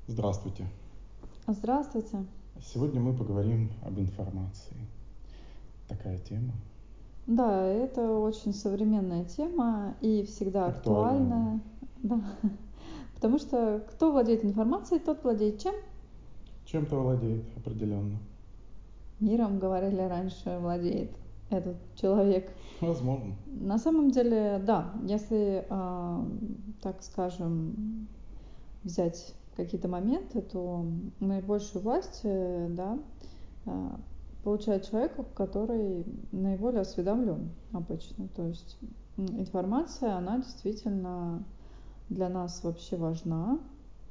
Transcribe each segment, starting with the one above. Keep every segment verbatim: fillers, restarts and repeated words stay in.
Здравствуйте. Здравствуйте. Сегодня мы поговорим об информации. Такая тема. Да, это очень современная тема и всегда Актуальная. актуальная. Да. Потому что кто владеет информацией, тот владеет чем? Чем-то владеет определенно. Миром, говорили раньше, владеет этот человек. Возможно. На самом деле, да, если, э, так скажем, взять какие-то моменты, то наибольшую власть, э, да, э, получает человек, который наиболее осведомлен обычно. То есть м, информация, она действительно для нас вообще важна.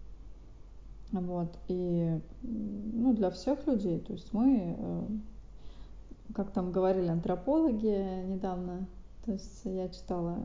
Вот. И м, ну, для всех людей. То есть мы, э, как там говорили антропологи недавно, то есть я читала,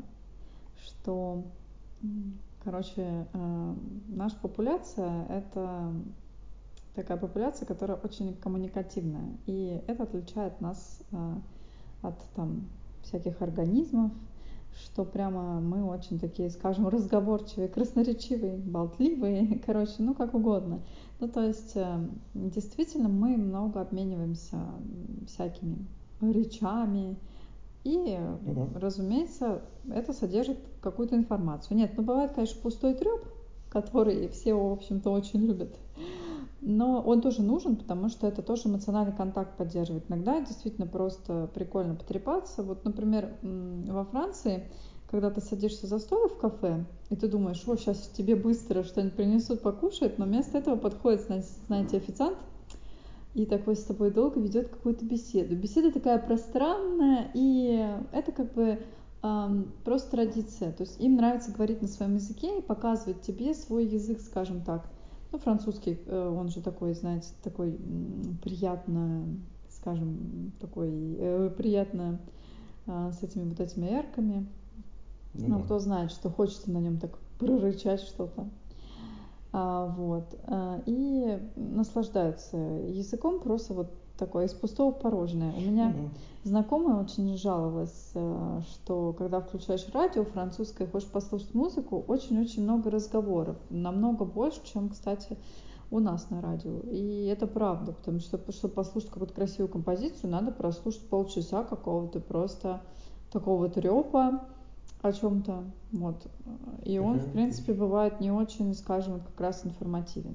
что, м, короче, э, наша популяция — это такая популяция, которая очень коммуникативная. И это отличает нас э, от там всяких организмов, что прямо мы очень такие, скажем, разговорчивые, красноречивые, болтливые, короче, ну как угодно. Ну то есть э, действительно мы много обмениваемся всякими речами, и, Ну да. разумеется, это содержит какую-то информацию. Нет, ну бывает, конечно, пустой треп, который все, в общем-то, очень любят. Но он тоже нужен, потому что это тоже эмоциональный контакт поддерживает. Иногда действительно просто прикольно потрепаться. Вот, например, во Франции, когда ты садишься за стол в кафе, и ты думаешь, о, сейчас тебе быстро что-нибудь принесут покушать, но вместо этого подходит, знаете, официант и такой с тобой долго ведет какую-то беседу. Беседа такая пространная, и это как бы эм, просто традиция. То есть им нравится говорить на своем языке и показывать тебе свой язык, скажем так. Ну, французский, э, он же такой, знаете, такой м, приятно, скажем, такой э, приятно э, с этими вот этими эрками. Ну Ну, да. кто знает, что хочется на нем так прорычать что-то. А, вот. а, И наслаждаются языком, просто вот такое из пустого в порожнее. У Ну меня да. знакомая очень жаловалась, э, что когда включаешь радио французское, хочешь послушать музыку, очень-очень много разговоров. Намного больше, чем, кстати, у нас на радио. И это правда, потому что, чтобы послушать какую-то красивую композицию, надо прослушать полчаса какого-то просто такого трёпа о чем-то. Вот. И он, Такая в вот принципе, вещь. бывает не очень, скажем, как раз информативен.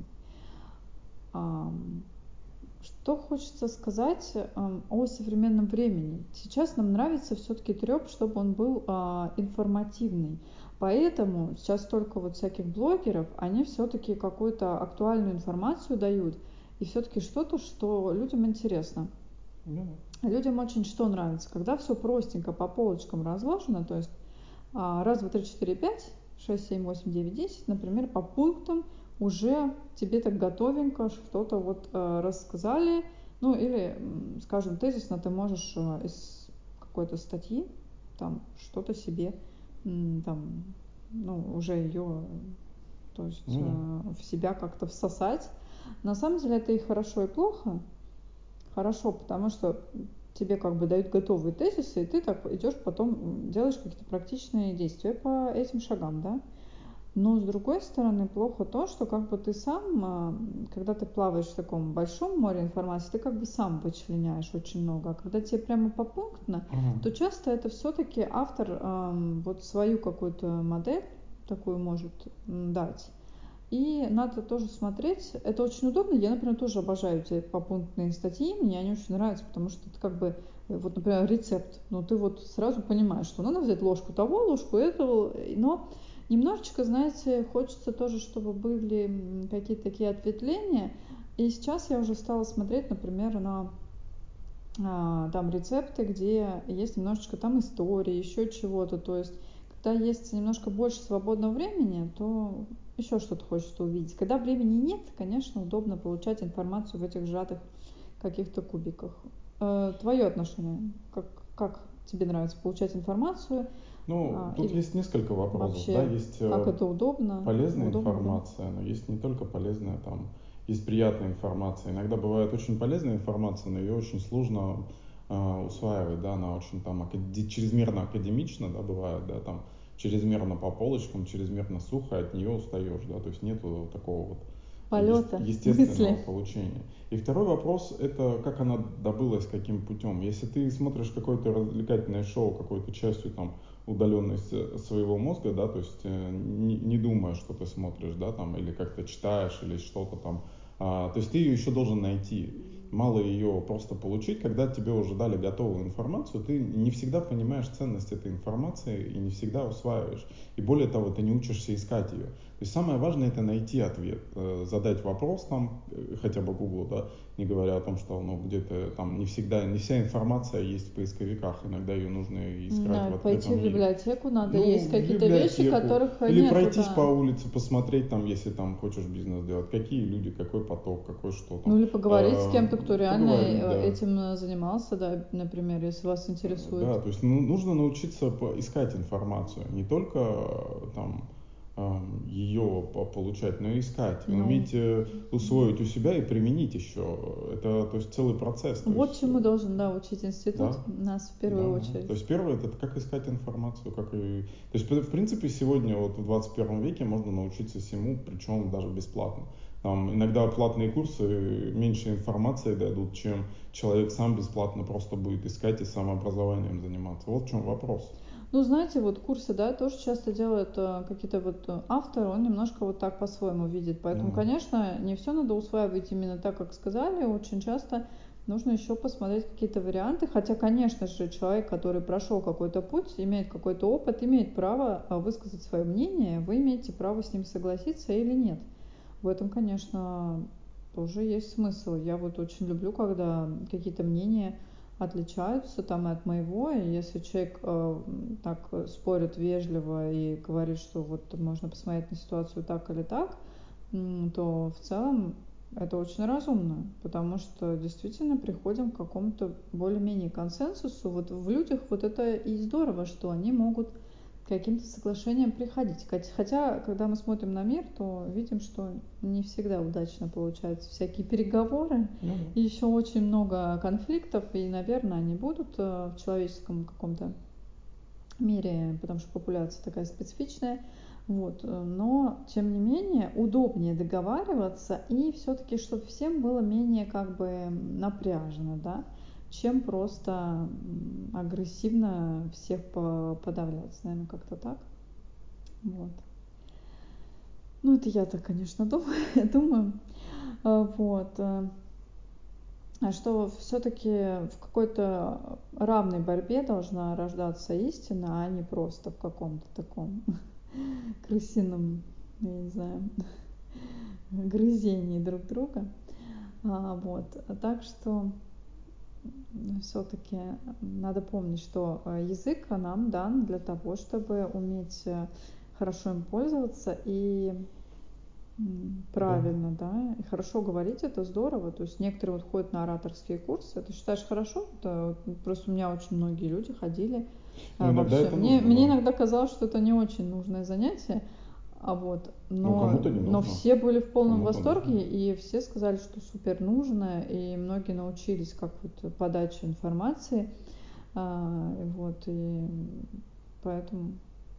Что хочется сказать о современном времени? Сейчас нам нравится все-таки треп, чтобы он был а, информативный. Поэтому сейчас столько вот всяких блогеров, они все-таки какую-то актуальную информацию дают, и все-таки что-то, что людям интересно. Ну да. Людям очень что нравится, когда все простенько по полочкам разложено, то есть а, раз, два, три, четыре, пять, шесть, семь, восемь, девять, десять, например, по пунктам уже тебе так готовенько что-то вот э, рассказали, ну или, скажем, тезисно ты можешь э, из какой-то статьи там что-то себе м, там, ну, уже ее, то есть Ну да. э, в себя как-то всосать. На самом деле это и хорошо, и плохо. Хорошо, потому что тебе как бы дают готовые тезисы, и ты так идешь потом делаешь какие-то практичные действия по этим шагам, да. Но с другой стороны, плохо то, что как бы ты сам, когда ты плаваешь в таком большом море информации, ты как бы сам вычленяешь очень много. А когда тебе прямо попунктно, Ага. то часто это все-таки автор эм, вот свою какую-то модель такую может м, дать. И надо тоже смотреть, это очень удобно, я, например, тоже обожаю эти попунктные статьи, мне они очень нравятся, потому что это как бы, вот, например, рецепт, ну ты вот сразу понимаешь, что надо взять ложку того, ложку этого, но немножечко, знаете, хочется тоже, чтобы были какие-то такие ответвления, и сейчас я уже стала смотреть, например, на а, там рецепты, где есть немножечко там истории, еще чего-то, то есть когда есть немножко больше свободного времени, то еще что-то хочется увидеть. Когда времени нет, конечно, удобно получать информацию в этих сжатых каких-то кубиках. Э, твое отношение, как, как тебе нравится получать информацию? Ну, А, тут и есть несколько вопросов, да, вообще, есть как э, это удобно? полезная Удобно, да? информация, но есть не только полезная, там, есть приятная информация. Иногда бывает очень полезная информация, но ее очень сложно э, усваивать, да, она очень там акад- чрезмерно академична, да, бывает, да, там, чрезмерно по полочкам, чрезмерно сухо, от нее устаешь, да, то есть нету такого вот полета, естественного мысли. получения. И второй вопрос – это как она добылась, каким путем. Если ты смотришь какое-то развлекательное шоу, какой-то частью там удаленность своего мозга, да, то есть не, не думая, что ты смотришь, да, там, или как-то читаешь, или что-то там, а, то есть ты ее еще должен найти. Мало ее просто получить, когда тебе уже дали готовую информацию, ты не всегда понимаешь ценность этой информации и не всегда усваиваешь. И более того, ты не учишься искать ее. То есть самое важное — это найти ответ, задать вопрос там, хотя бы Google, да, не говоря о том, что ну, где-то там не всегда, не вся информация есть в поисковиках, иногда ее нужно искать Да, в пойти открытом в мире. библиотеку надо, Ну, есть в какие-то вещи, библиотеку. которых Или нету, пройтись по да. улице, посмотреть там, если там хочешь бизнес делать, какие люди, какой поток, какой что там. Ну или поговорить с кем-то, кто Э, реально Поговорить, да. этим занимался, да, например, если вас интересует. Да, то есть ну, нужно научиться искать информацию, не только там ее получать, но и искать, Ну, уметь усвоить у себя и применить еще. Это, то есть, целый процесс. То вот есть, чему должен, да, учить институт да, нас в первую да, очередь. да. То есть первое это как искать информацию, как и. То есть в принципе сегодня вот в двадцать первом веке можно научиться всему, причем даже бесплатно. Там иногда платные курсы меньше информации дадут, чем человек сам бесплатно просто будет искать и самообразованием заниматься. Вот в чем вопрос. Ну, знаете, вот курсы, да, тоже часто делают э, какие-то вот э, авторы, он немножко вот так по-своему видит. Поэтому, Ну, конечно, не все надо усваивать именно так, как сказали. Очень часто нужно еще посмотреть какие-то варианты. Хотя, конечно же, человек, который прошел какой-то путь, имеет какой-то опыт, имеет право э, высказать свое мнение. Вы имеете право с ним согласиться или нет. В этом, конечно, тоже есть смысл. Я вот очень люблю, когда какие-то мнения отличаются там и от моего, и если человек э, так спорит вежливо и говорит, что вот можно посмотреть на ситуацию так или так, м, то в целом это очень разумно, потому что действительно приходим к какому-то более-менее консенсусу. Вот в людях вот это и здорово, что они могут к каким-то соглашениям приходить. Хотя, когда мы смотрим на мир, то видим, что не всегда удачно получаются всякие переговоры. ну, И еще очень много конфликтов, и, наверное, они будут э, в человеческом каком-то мире, потому что популяция такая специфичная. Вот. Но, тем не менее, удобнее договариваться, и все-таки, чтобы всем было менее как бы напряжено, да, чем просто агрессивно всех подавлять, наверное, как-то так. Вот. Ну, это я так, конечно, думаю. думаю. Вот. Что все-таки в какой-то равной борьбе должна рождаться истина, а не просто в каком-то таком крысином, я не знаю, грызении друг друга. А, вот. Так что все-таки надо помнить, что язык нам дан для того, чтобы уметь хорошо им пользоваться и правильно, да. да, и хорошо говорить, это здорово. То есть некоторые вот ходят на ораторские курсы. Ты считаешь хорошо? Это просто у меня очень многие люди ходили. ну, А, иногда вообще, это мне, нужно, мне да. иногда казалось, что это не очень нужное занятие. А вот, Ну, но, кому-то не но нужно, все были в полном кому-то нужно. восторге, и все сказали, что супер нужно, и многие научились как вот подаче информации. А, вот, и поэтому,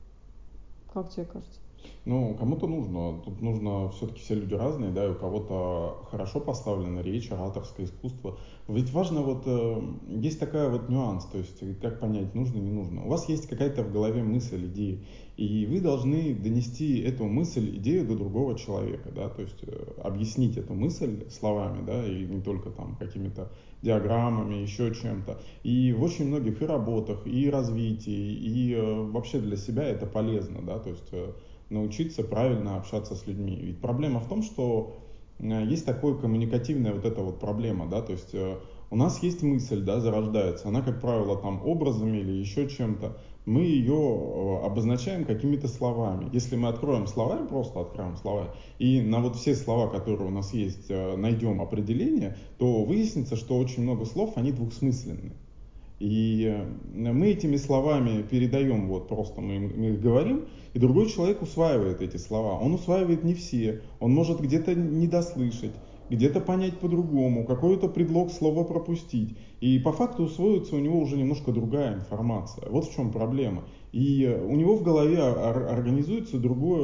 как тебе кажется? Ну, кому-то нужно. Тут нужно, все-таки все люди разные, да, и у кого-то хорошо поставлена речь, ораторское искусство. Ведь важно вот, э, есть такая вот нюанс, то есть как понять, нужно, не нужно. У вас есть какая-то в голове мысль, идея, и вы должны донести эту мысль, идею до другого человека, да, то есть э, объяснить эту мысль словами, да, и не только там какими-то диаграммами, еще чем-то. И в очень многих и работах, и развитии, и э, вообще для себя это полезно, да, то есть э, научиться правильно общаться с людьми. Ведь проблема в том, что есть такая коммуникативная вот эта вот проблема, да, то есть у нас есть мысль, да, зарождается, она, как правило, там образами или еще чем-то, мы ее обозначаем какими-то словами. Если мы откроем словарь, просто откроем словарь, и на вот все слова, которые у нас есть, найдем определение, то выяснится, что очень много слов, они двухсмысленны. И мы этими словами передаем, вот просто мы, мы их говорим, и другой человек усваивает эти слова. Он усваивает не все, он может где-то не дослышать, где-то понять по-другому, какой-то предлог слова пропустить. И по факту усвоится у него уже немножко другая информация. Вот в чем проблема. И у него в голове организуется другое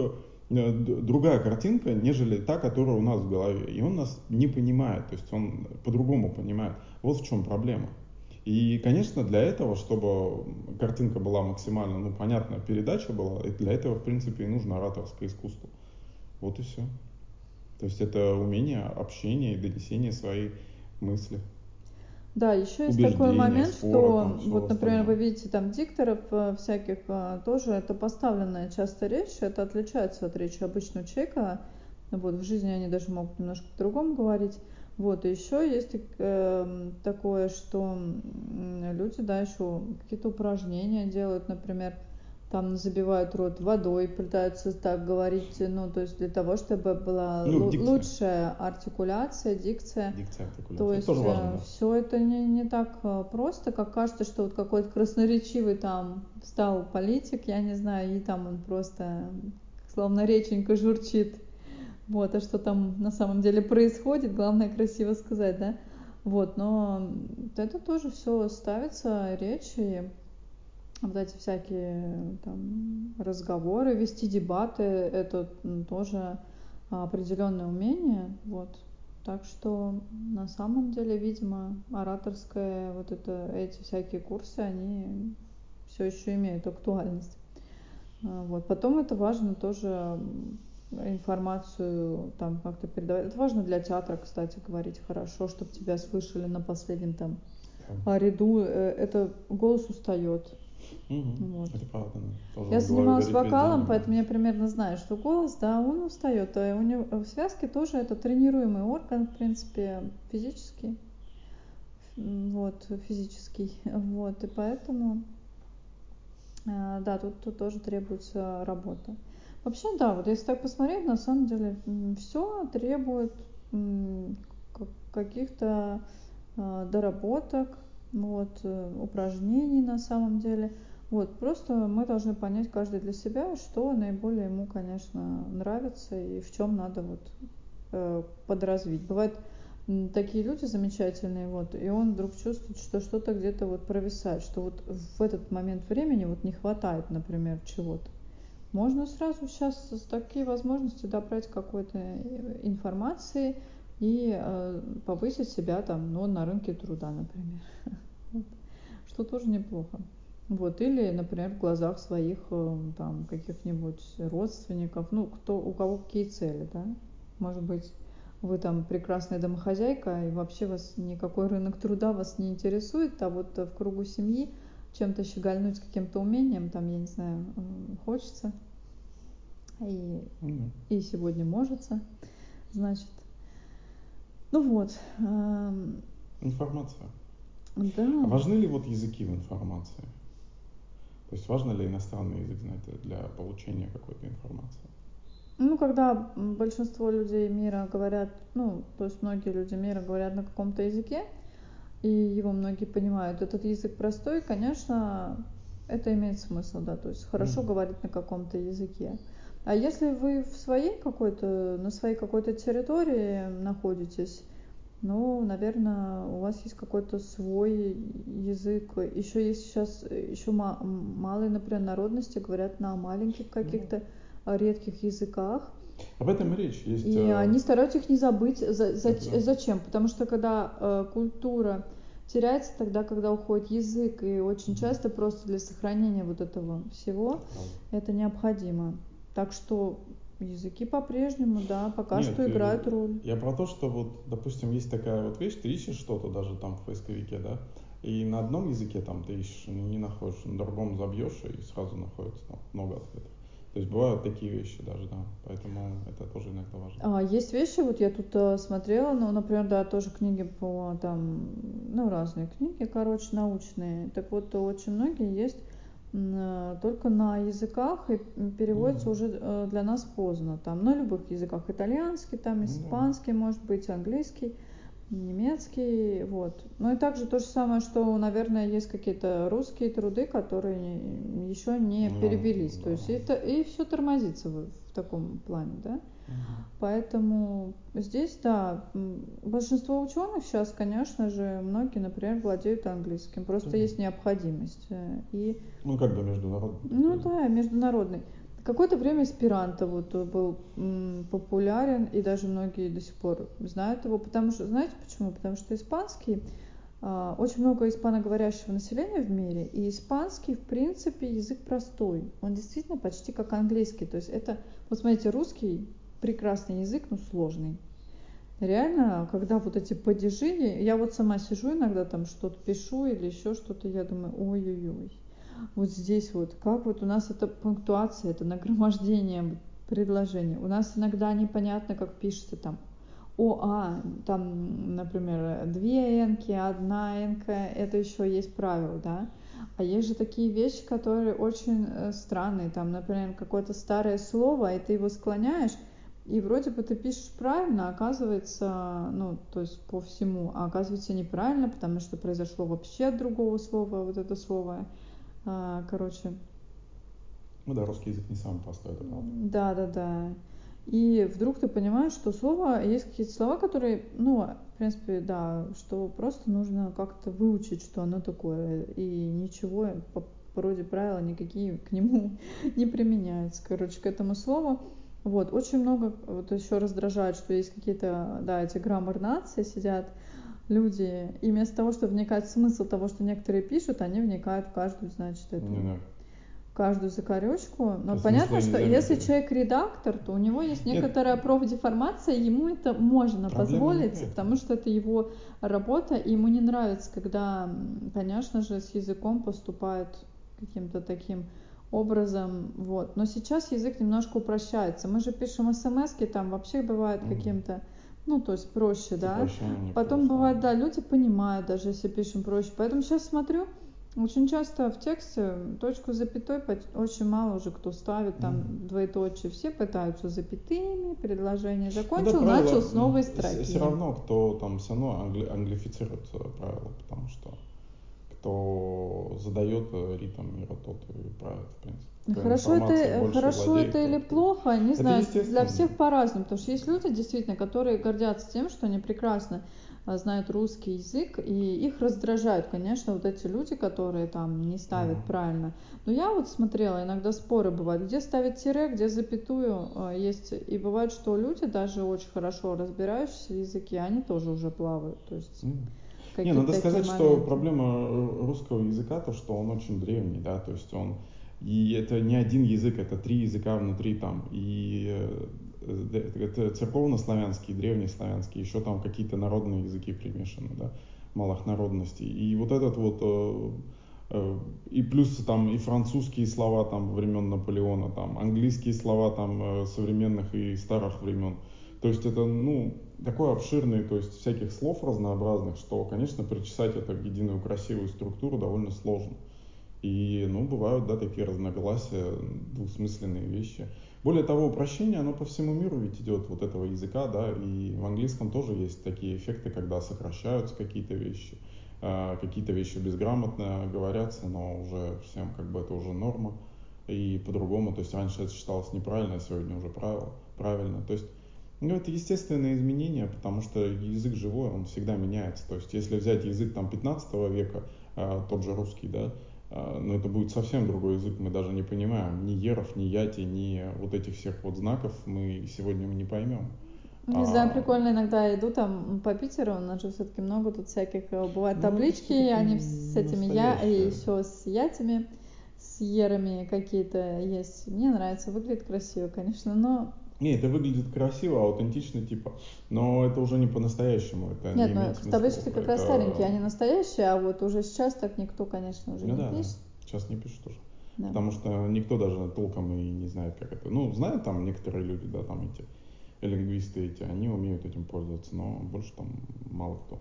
э, другая картинка, нежели та, которая у нас в голове. И он нас не понимает, то есть он по-другому понимает. Вот в чем проблема. И, конечно, для этого, чтобы картинка была максимально, ну, понятная, передача была, и для этого, в принципе, и нужно ораторское искусство. Вот и все. То есть это умение общения и донесения своей мысли. Да, еще есть такой Убеждения, момент, спора, что там, всего вот, например, остального. вы видите там дикторов э, всяких, э, тоже это поставленная часто речь, это отличается от речи обычного человека. Вот, в жизни они даже могут немножко по-другому говорить. Вот, и еще есть э, такое, что м, люди, да, еще какие-то упражнения делают, например, там забивают рот водой, пытаются так говорить, ну, то есть для того, чтобы была Ну, лу- дикция. лучшая артикуляция, дикция. Дикция, артикуляция. То Это тоже есть важно, да. все это не, не так э, просто, как кажется, что вот какой-то красноречивый там стал политик, я не знаю, и там он просто словно реченька журчит. Вот, а что там на самом деле происходит, главное красиво сказать, да? Вот, но это тоже все ставится, речи, вот эти всякие там разговоры, вести дебаты, это м, тоже определенное умение, вот. Так что на самом деле, видимо, ораторское, вот это, эти всякие курсы, они все еще имеют актуальность. А, Вот. Потом это важно тоже м, информацию там как-то передавать. Это важно для театра, кстати, говорить хорошо, чтобы тебя слышали на последнем там Да. ряду. Э, Это голос устает. Угу. Вот. Это правда, да. Тоже Я на голове занималась говорить весь день не вокалом, можешь. поэтому я примерно знаю, что голос, да, он устает. А у него в связке тоже это тренируемый орган, в принципе, физический. М, Вот, физический. Вот, и поэтому, э, да, тут, тут тоже требуется работа. Вообще, да, вот если так посмотреть, на самом деле все требует м, к- каких-то э, доработок, вот, э, упражнений на самом деле. Вот, просто мы должны понять каждый для себя, что наиболее ему, конечно, нравится и в чем надо вот э, подразвить. Бывают м, такие люди замечательные, вот, и он вдруг чувствует, что что-то где-то вот провисает, что вот в этот момент времени вот не хватает, например, чего-то. Можно сразу сейчас с такие возможности добрать какой-то э, информации и э, повысить себя там, ну, на рынке труда, например. Вот. Что тоже неплохо. Вот, или, например, в глазах своих э, там каких-нибудь родственников, ну, кто, у кого какие цели, да. Может быть, вы там прекрасная домохозяйка, и вообще вас никакой рынок труда вас не интересует, а вот э, в кругу семьи чем-то щегольнуть, каким-то умением, там, я не знаю, э, хочется. И, Мгм. и сегодня можется, значит. Ну вот, эм, Информация. да. А важны ли вот языки в информации? То есть важно ли иностранный язык знать для получения какой-то информации? Ну, когда м, большинство людей мира говорят, ну, то есть многие люди мира говорят на каком-то языке, и его многие понимают, этот язык простой, конечно, это имеет смысл, да, то есть хорошо Мгм. говорить на каком-то языке. А если вы в своей какой-то, на своей какой-то территории находитесь, ну, наверное, у вас есть какой-то свой язык. Еще есть сейчас, еще ма- малые, например, народности говорят на маленьких Ну, каких-то а, редких языках. об этом и речь. Есть, И э, они стараются их не забыть. За- это зач- да. Зачем? Потому что когда э, культура теряется, тогда, когда уходит язык, и очень Мгм. часто просто для сохранения вот этого всего Это правда. это необходимо. Так что языки по-прежнему, да, пока Нет, что э, играют роль. я про то, что вот, допустим, есть такая вот вещь, ты ищешь что-то даже там в поисковике, да, и на одном языке там ты ищешь, не не находишь, на другом забьешь, и сразу находится там много ответов. То есть бывают такие вещи даже, да, поэтому это тоже иногда важно. А, есть вещи, вот я тут э, смотрела, ну, например, да, тоже книги по там, ну, разные книги, короче, научные. Так вот, очень многие есть м, э, только на языках и м, переводятся Мгм. уже э, для нас поздно. Там на любых языках, итальянский, там, Ну да. испанский, может быть, английский, немецкий, вот. Ну и также то же самое, что, наверное, есть какие-то русские труды, которые еще не Ну, перевелись. То да. есть это и все тормозится в, в таком плане, да. Мгм. Поэтому здесь, да, м, большинство ученых сейчас, конечно же, многие, например, владеют английским. Да. Просто есть необходимость. э, И, Ну, как бы международный ну такой язык. да, международный. Какое-то время эсперанто вот был м, популярен, и даже многие до сих пор знают его, потому что, знаете почему? Потому что испанский, а, очень много испаноговорящего населения в мире, и испанский, в принципе, язык простой. Он действительно почти как английский. То есть это, вот смотрите, русский прекрасный язык, но сложный. Реально, когда вот эти падежи, я вот сама сижу иногда там что-то пишу или еще что-то, я думаю, ой-ой-ой, вот здесь вот, как вот у нас это пунктуация, это нагромождение предложений. У нас иногда непонятно, как пишется там о, а, там, например, две энки, одна энка, это еще есть правило, да. А есть же такие вещи, которые очень э, странные, там, например, какое-то старое слово, и ты его склоняешь, и вроде бы ты пишешь правильно, а оказывается, ну, то есть по всему, а оказывается неправильно, потому что произошло вообще от другого слова, вот это слово, а, короче. Ну да, русский язык не самый простой, это правда. Да, да, да. И вдруг ты понимаешь, что слово, есть какие-то слова, которые, ну, в принципе, да, что просто нужно как-то выучить, что оно такое, и ничего по природе правила никакие к нему не применяются, короче, к этому слову. Вот, очень много, вот еще раздражает, что есть какие-то, да, эти граммар-нации сидят, люди, и вместо того, чтобы вникать в смысл того, что некоторые пишут, они вникают в каждую, значит, эту Не-не. каждую закорючку. Но А понятно, смысла что нельзя если найти. человек редактор, то у него есть Нет, некоторая профдеформация, ему это можно проблема не в позволить, этом. потому что это его работа, и ему не нравится, когда, м, конечно же, с языком поступают каким-то таким образом, вот. Но сейчас язык немножко упрощается. Мы же пишем смски, там вообще бывает Мгм. каким-то, ну, то есть проще, да. Сокращение некоторые Потом бывает, слова. да, люди понимают, даже если пишем проще. Поэтому сейчас смотрю, очень часто в тексте точку с запятой поч- очень мало уже кто ставит, там Мгм. двоеточие. Все пытаются запятыми, предложение Ну да, закончил, начал правило, с новой все строки. равно, кто там все равно англи- англифицирует э, правила, потому что кто задает э, ритм мира, тот и правит, в принципе. Кто Хорошо это, информацией э, больше хорошо это владеет, или тот и... плохо, не Это знаю, для естественно. всех по-разному, потому что есть люди, действительно, которые гордятся тем, что они прекрасно а, знают русский язык, и их раздражают, конечно, вот эти люди, которые там не ставят Мгм. правильно. Но я вот смотрела, иногда споры бывают, где ставить тире, где запятую а, есть, и бывает, что люди, даже очень хорошо разбирающиеся в языке, они тоже уже плавают, то есть Мгм. Не, какие-то надо такие сказать, что моменты. проблема э, русского языка, то, что он очень древний, да, то есть он, и это не один язык, это три языка внутри там, и э, э, это церковно-славянский, древнеславянский, еще там какие-то народные языки примешаны, да, малых народностей, и вот этот вот, э, э, и плюс там и французские слова там времен Наполеона, там английские слова там э, современных и старых времен, то есть это, ну, такой обширный, то есть всяких слов разнообразных, что, конечно, причесать это в единую красивую структуру довольно сложно. И, ну, бывают, да, такие разногласия, двусмысленные вещи. Более того, упрощение, оно по всему миру ведь идет вот этого языка, да, и в английском тоже есть такие эффекты, когда сокращаются какие-то вещи, э, какие-то вещи безграмотно говорятся, но уже всем как бы это уже норма, и по-другому, то есть раньше это считалось неправильно, а сегодня уже правило, правильно, то есть ну, это естественные изменения, потому что язык живой, он всегда меняется. То есть, если взять язык там пятнадцатого века, э, тот же русский, да, э, ну, это будет совсем другой язык, мы даже не понимаем. Ни еров, ни яти, ни вот этих всех вот знаков мы сегодня мы не поймем. Не знаю, А, прикольно иногда иду там по Питеру, у нас же все-таки много тут всяких, э, бывают ну, это таблички, все-таки они с не этими я, и настоящее. еще с ятями, с ерами какие-то есть. Мне нравится, выглядит красиво, конечно, но... Не, это выглядит красиво, аутентично, типа, но это уже не по-настоящему, это не Нет, ну имеет смысла таблички уже. как раз старенькие, Это, они настоящие, а вот уже сейчас так никто, конечно, уже ну не да, да, пишет. сейчас не пишут уже. Да. Потому что никто даже толком и не знает, как это. Ну, знают там некоторые люди, да, там эти лингвисты эти, они умеют этим пользоваться, но больше там мало кто.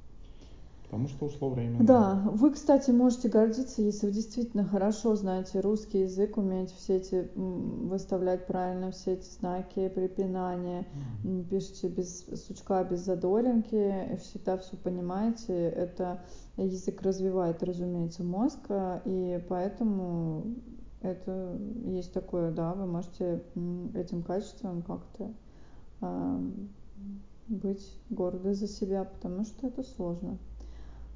Потому что ушло время на это. Да, вы, кстати, можете гордиться, если вы действительно хорошо знаете русский язык, умеете все эти м, выставлять правильно все эти знаки, препинания, м, пишете без сучка, без задоринки, и всегда все понимаете. Это язык развивает, разумеется, мозг, а, и поэтому это есть такое, да, вы можете м, этим качеством как-то а, быть горды за себя, потому что это сложно.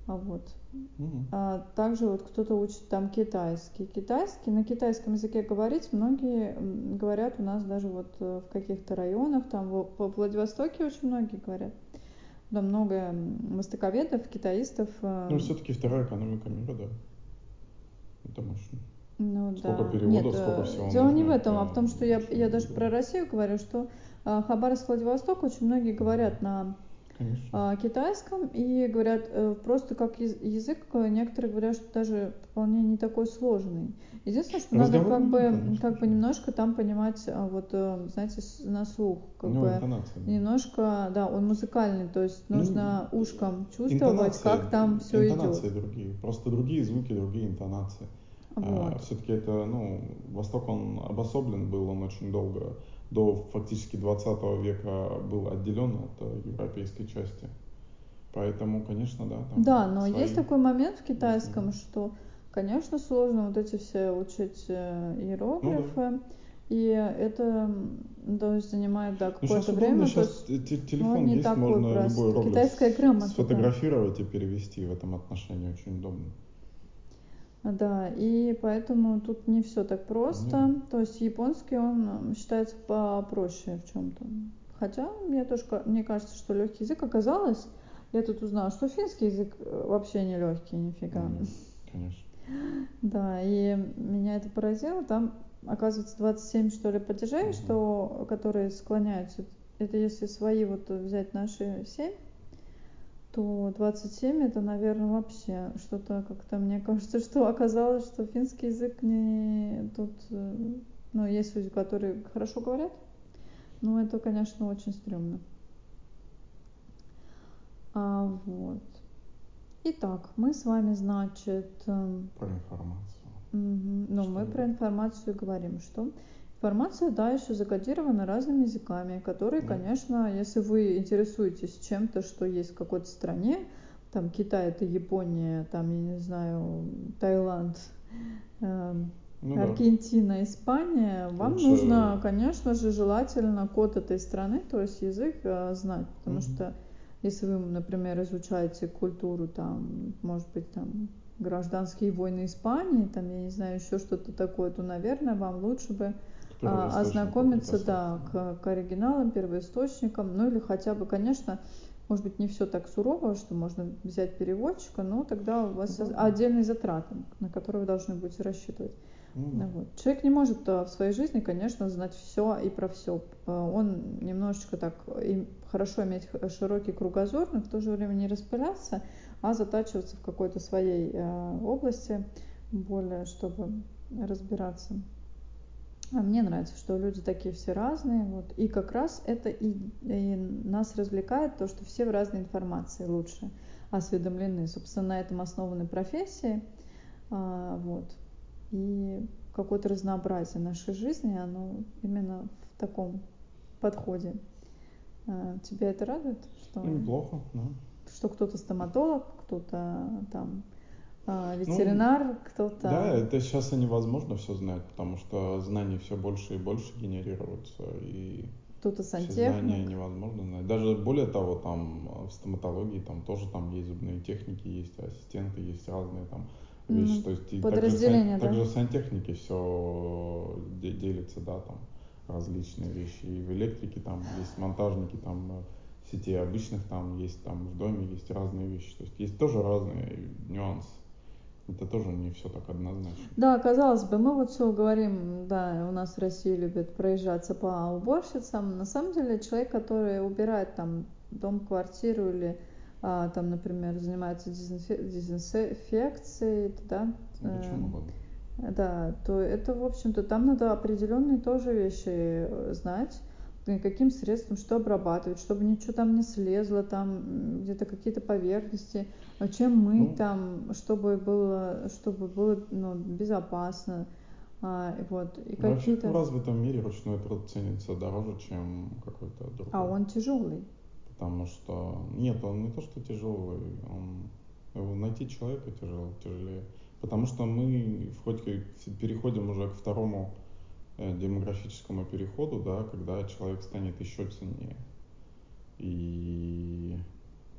А вот. Мгм. А также вот кто-то учит там китайский. Китайский, на китайском языке говорить многие м, говорят у нас даже вот э, в каких-то районах, там во во Владивостоке очень многие говорят. Да, много м, востоковедов, китаистов. Ну, э, все-таки вторая экономика мира, да. Это мощно. Ну Сколько да. Нет, переводов, сколько э, всего дело не нужно, в этом, а в это том, что я, очень я даже выгодно. про Россию говорю, что э, Хабаровск, Владивосток очень многие говорят на Конечно. а, китайском и говорят э, просто как яз- язык, э, некоторые говорят, что даже вполне не такой сложный. Единственное, что надо как Разговорный, бы, да, м, не как бы сложно. немножко там понимать, а, вот, э, знаете, с- на слух, как Ну, бы интонация, да. немножко, да, он музыкальный, то есть Ну, нужно ушком чувствовать, интонация, как там все идет. интонации другие. Просто другие звуки, другие интонации. Вот. Все-таки это, ну, Восток, он обособлен был, он очень долго, до фактически двадцатого века был отделен от э, европейской части. Поэтому, конечно, да, там Да, но есть свои такой момент в есть китайском, нюансы. что, конечно, сложно вот эти все учить э, Ну да. иероглифы, и это м, то есть занимает, да, Ну, сейчас какое-то удобно, время, то сейчас есть ну, он телефон не есть, такой можно прост. любой иероглиф Китайская грамота, да. сфотографировать и перевести в этом отношении очень удобно. Да, и поэтому тут не все так Ну да. просто. То есть японский, он м, считается попроще в чем-то. Хотя мне тоже, ка- мне кажется, что легкий язык оказалось. Я тут узнала, что финский язык э, вообще не легкий, нифига. М, Конечно. Да, и меня это поразило. Там, оказывается, двадцать семь, что ли, падежей, Мгм. что, которые склоняются. Это если свои вот взять наши семь, то двадцать семь это, наверное, вообще что-то как-то, мне кажется, что оказалось, что финский язык не тут, э, ну, есть люди, которые хорошо говорят, но это, конечно, очень стрёмно. А, вот. Итак, мы с вами, значит, эм, Про информацию. мгм, ну, Что мы ли? про информацию говорим, что информация, да, еще закодирована разными языками, которые, Да. конечно, если вы интересуетесь чем-то, что есть в какой-то стране, там Китай, это Япония, там, я не знаю, Таиланд, эм, Ну да. Аргентина, Испания, вам Лучше. нужно, конечно же, желательно код этой страны, то есть язык э, знать, потому Мгм. что если вы, например, изучаете культуру, там, может быть, там, гражданские войны Испании, там, я не знаю, еще что-то такое, то, наверное, вам лучше бы К а, первоисточнику ознакомиться, прикасаться. да, к, к оригиналам, первоисточникам, ну или хотя бы, конечно, может быть, не все так сурово, что можно взять переводчика, но тогда у вас Да. отдельные затраты, на которые вы должны будете рассчитывать. Ну Ну да. вот. Человек не может а, в своей жизни, конечно, знать все и про все. Он немножечко так и хорошо иметь х- широкий кругозор, но в то же время не распыляться, а затачиваться в какой-то своей э, области более, чтобы разбираться. А мне нравится, что люди такие все разные, вот. И как раз это и, и нас развлекает, то, что все в разной информации лучше осведомлены. Собственно, на этом основаны профессии, а, вот. И какое-то разнообразие нашей жизни, оно именно в таком подходе. А, тебя это радует, Ну, что, неплохо, да. что кто-то стоматолог, кто-то там а, Ну, ветеринар, да, кто-то это сейчас и невозможно все знать, потому что знаний все больше и больше генерируется, и кто-то все знания сантехник. невозможно знать. Даже более того, там э, в стоматологии там тоже там есть зубные техники, есть ассистенты, есть разные там вещи. Ну, То есть и также, сан, подразделение, да. также сантехники все делится, да, там различные вещи. И в электрике там есть монтажники там э, сетей обычных, там есть там в доме есть разные вещи. То есть есть тоже разные нюансы. Это тоже не все так однозначно. Да, казалось бы, мы вот все говорим, да, у нас в России любят проезжаться по уборщицам. На самом деле человек, который убирает там дом, квартиру или а, там, например, занимается дезинфе- дезинфекцией, да, Ну, да чем эм, угодно. да, то это, в общем-то, там надо определенные тоже вещи э, знать, и каким средством, что обрабатывать, чтобы ничего там не слезло, там м, где-то какие-то поверхности, а чем мыть Ну, там, чтобы было, чтобы было ну, безопасно, а, и вот, и вообще в какие-то, развитом мире ручной труд ценится дороже, чем какой-то а другой. он тяжелый. Потому что нет, он не то что тяжелый, он его найти человека тяжело, тяжелее. Потому что мы хоть переходим уже к второму э, демографическому переходу, да, когда человек станет еще ценнее. И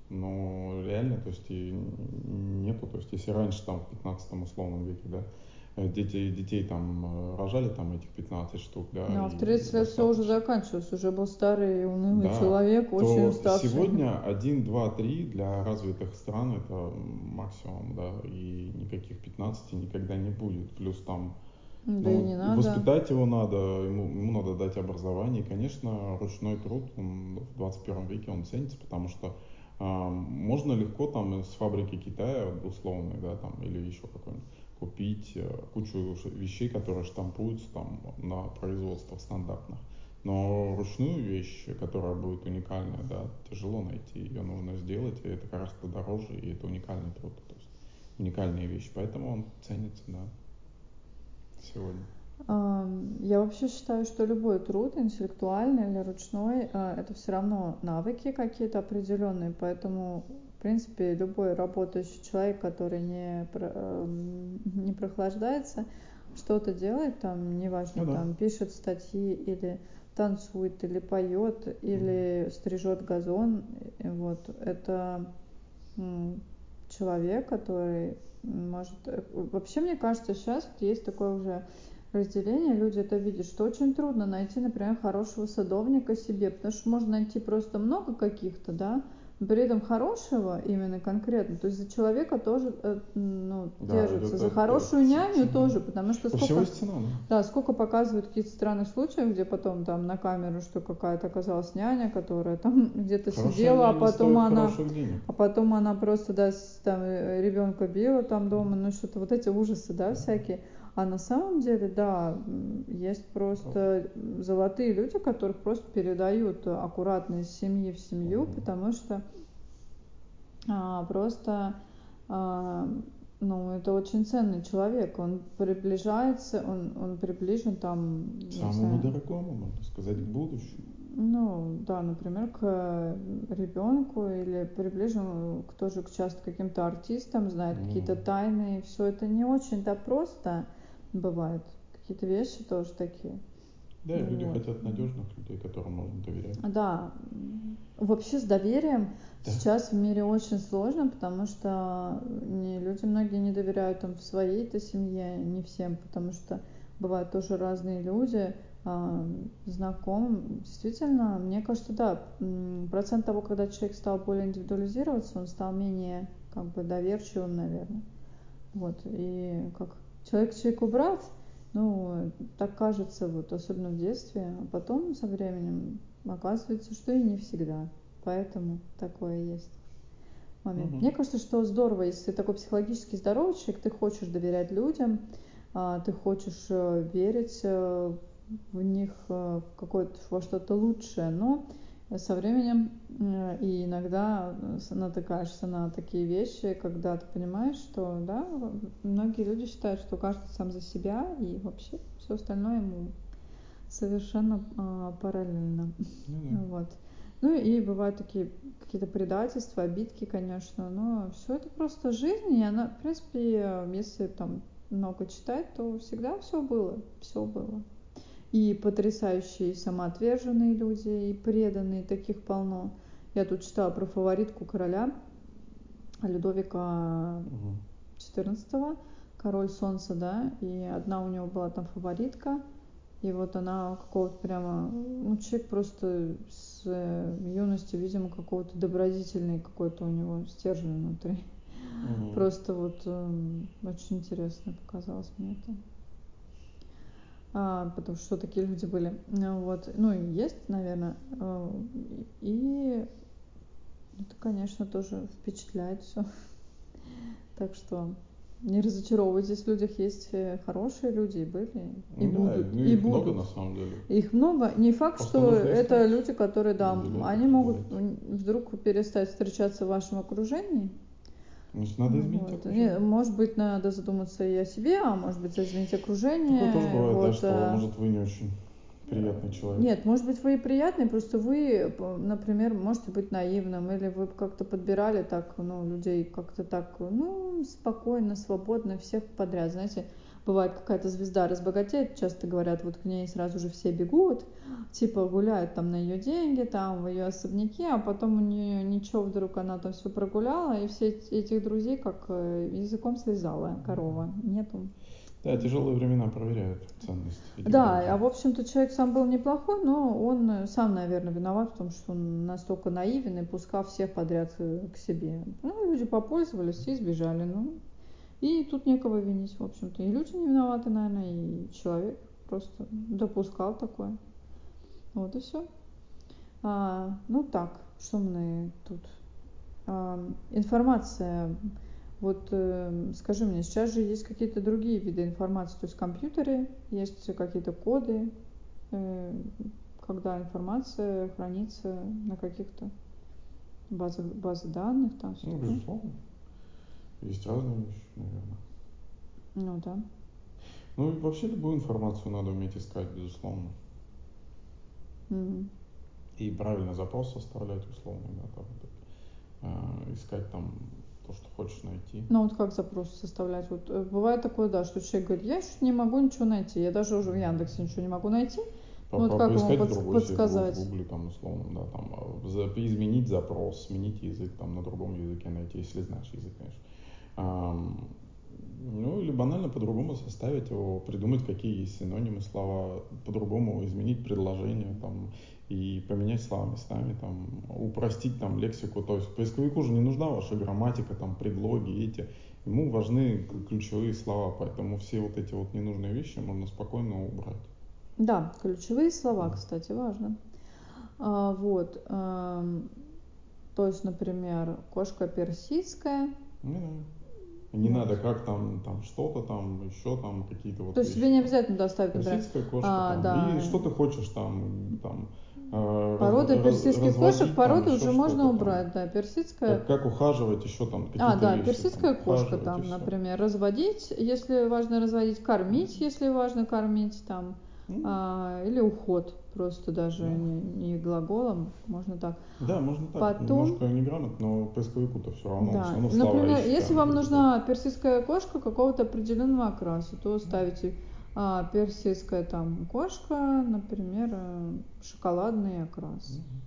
Но реально, то есть и нету, то есть если раньше там в пятнадцатом условном веке, да, дети, детей там рожали там этих пятнадцать штук, да, Ну, а и, в тридцать и лет все уже достаточно. заканчивалось, уже был старый и унылый Да, человек, очень то уставший. сегодня один, два, три для развитых стран это максимум, да, и никаких пятнадцати никогда не будет. Плюс там, Да и ну, не надо. воспитать его надо, ему, ему надо дать образование. И, конечно, ручной труд, он в двадцать первом веке он ценится, потому что а, можно легко там из фабрики Китая, условной, да, там, или еще какой-нибудь, купить э, кучу вещей, которые штампуются там на производствах стандартных. Но ручную вещь, которая будет уникальная, да, тяжело найти, ее нужно сделать, и это гораздо дороже, и это уникальный труд, то есть уникальная вещь, поэтому он ценится, да, сегодня. Я вообще считаю, что любой труд, интеллектуальный или ручной, а, это все равно навыки какие-то определенные, поэтому, в принципе, любой работающий человек, который не, про- эм, не прохлаждается, что-то делает, там, неважно, Ну да. там, пишет статьи или танцует, или поет, или стрижет газон, и вот, это м, человек, который может... э, Вообще, мне кажется, сейчас вот есть такое уже разделение, люди это видят, что очень трудно найти, например, хорошего садовника себе, потому что можно найти просто много каких-то, да, но при этом хорошего именно конкретно, то есть за человека тоже э, ну, Да, держится, это, за это, хорошую это няню цена. тоже, потому что У всего сколько, есть цена, да, да. сколько показывают каких-то странных случаев, где потом там на камеру, что какая-то оказалась няня, которая там где-то Хорошая сидела, а няня потом стоит она, хороших денег. а потом она просто, да, с- там э, ребенка била там дома, ну что-то вот эти ужасы, да, всякие. А на самом деле, да, м, есть просто золотые люди, которых просто передают аккуратно из семьи в семью, Мгм. потому что а, просто, а, ну, это очень ценный человек, он приближается, он, он приближен там, К не самому знаю, дорогому, можно сказать, к будущему. ну, да, например, к ребенку или приближен к тоже к часто каким-то артистам, знает М. какие-то тайны, и все это не очень-то просто бывает. Какие-то вещи тоже такие. Да, и люди Вот. хотят надежных людей, которым можно доверять. Да, м, вообще с доверием Да. сейчас в мире очень сложно, потому что не, люди многие не доверяют там в своей-то семье, не всем, потому что бывают тоже разные люди, а, знакомым. Действительно, мне кажется, да, м, процент того, когда человек стал более индивидуализироваться, он стал менее как бы доверчивым, наверное. Вот, и как человек человеку брат, ну, так кажется, вот, особенно в детстве, а потом со временем оказывается, что и не всегда. Поэтому такое есть момент. Мгм. Мне кажется, что здорово, если ты такой психологически здоровый человек, ты хочешь доверять людям, а, ты хочешь э, верить э, в них, э, в какое-то, во что-то лучшее, но со временем э, и иногда э, с- натыкаешься на такие вещи, когда ты понимаешь, что да, многие люди считают, что каждый сам за себя, и вообще все остальное ему совершенно а, параллельно. Ну да. Вот. Ну и бывают такие какие-то предательства, обидки, конечно, но все это просто жизнь, и она, в принципе, э, если там много читать, то всегда все было, все было. И потрясающие самоотверженные люди, и преданные, таких полно. Я тут читала про фаворитку короля Людовика Мгм. четырнадцатого, король солнца, да, и одна у него была там фаворитка, и вот она какого-то прямо, ну, человек просто с э, юности, видимо, какого-то добродетельный какой-то у него стержень внутри. Мгм. Просто вот эм, очень интересно показалось мне это. А, потому что такие люди были. Ну, вот. Ну и есть, наверное. э, И это, конечно, тоже впечатляет все. Так что не разочаровывайтесь, в людях есть э, хорошие люди, и были, и Ну да, будут, ну и их много будут. на самом деле. Их много. Не факт, Просто что нужно это искать, люди, которые, да, выделять, они могут определять. вдруг перестать встречаться в вашем окружении. Значит, надо изменить Вот. Не, окружение. может быть, надо задуматься и о себе, а может быть, изменить Такое тоже окружение. бывает, да, Вот. что а, может вы не очень э, приятный человек. Нет, может быть, вы и приятный, просто вы, п- например, можете быть наивным, или вы как-то подбирали так, ну, людей как-то так, ну, спокойно, свободно, всех подряд, знаете. бывает какая-то звезда разбогатеет, часто говорят, вот к ней сразу же все бегут, типа гуляют там на ее деньги, там в ее особняке, а потом у нее ничего, вдруг она там все прогуляла, и все этих друзей как языком слезала корова, нету. Да, тяжелые времена проверяют ценность этих Да, друзей. а в общем-то человек сам был неплохой, но он сам, наверное, виноват в том, что он настолько наивен и пускал всех подряд к себе. Ну, люди попользовались и сбежали. Ну, и тут некого винить, в общем-то. И люди не виноваты, наверное, и человек просто допускал такое. Вот и все. А, ну так, что мы тут? А, информация. Вот э, скажи мне, сейчас же есть какие-то другие виды информации, то есть компьютеры, есть какие-то коды, э, когда информация хранится на каких-то базах, базах данных, там все Ну, такое. безусловно. Есть разные вещи, наверное. Ну да. Ну и вообще любую информацию надо уметь искать, безусловно. Мгм. И правильно запрос составлять, условно, да, там, э, искать там то, что хочешь найти. Ну вот как запрос составлять? Вот э, бывает такое, да, что человек говорит, я что-то не могу ничего найти, я даже уже в Яндексе ничего не могу найти. По- Ну вот по- как ему Поискать в подс- другой сети, в подсказать? Гугле, там, условно, да, там, а, за- изменить запрос, сменить язык, там, на другом языке найти, если знаешь язык, конечно. Ам, Ну, или банально по-другому составить его, придумать, какие есть синонимы слова, по-другому изменить предложение, там, и поменять слова местами, там, упростить там лексику. То есть поисковику же не нужна ваша грамматика, там, предлоги эти. Ему важны к- ключевые слова, поэтому все вот эти вот ненужные вещи можно спокойно убрать. Да, ключевые слова, Да. кстати, важно. А, вот, эм, то есть, например, кошка персидская. Ну, да. Не Вот. надо как там, там что-то там, еще там какие-то вот То есть тебе вещи. не Там. обязательно доставить, например, Персидская кошка а, там. И да, что ты хочешь там, там э, раз- порода раз- персидских кошек, разводить там породы еще уже можно что-то там. убрать, да, персидская. Как, как ухаживать еще там А, какие-то да, вещи там персидская кошка ухаживать и там, все. например, разводить, если важно разводить, кормить, если важно кормить там, Ну, а, или уход, просто даже да. не, не глаголом, можно так. Да, можно так, Потом, немножко неграмотно, но поисковику-то все равно, он все да, равно слова например, ищет если там в вам результате. нужна персидская кошка какого-то определенного окраса, то ставите а, персидская там кошка, например, э, шоколадный окрас, Мгм.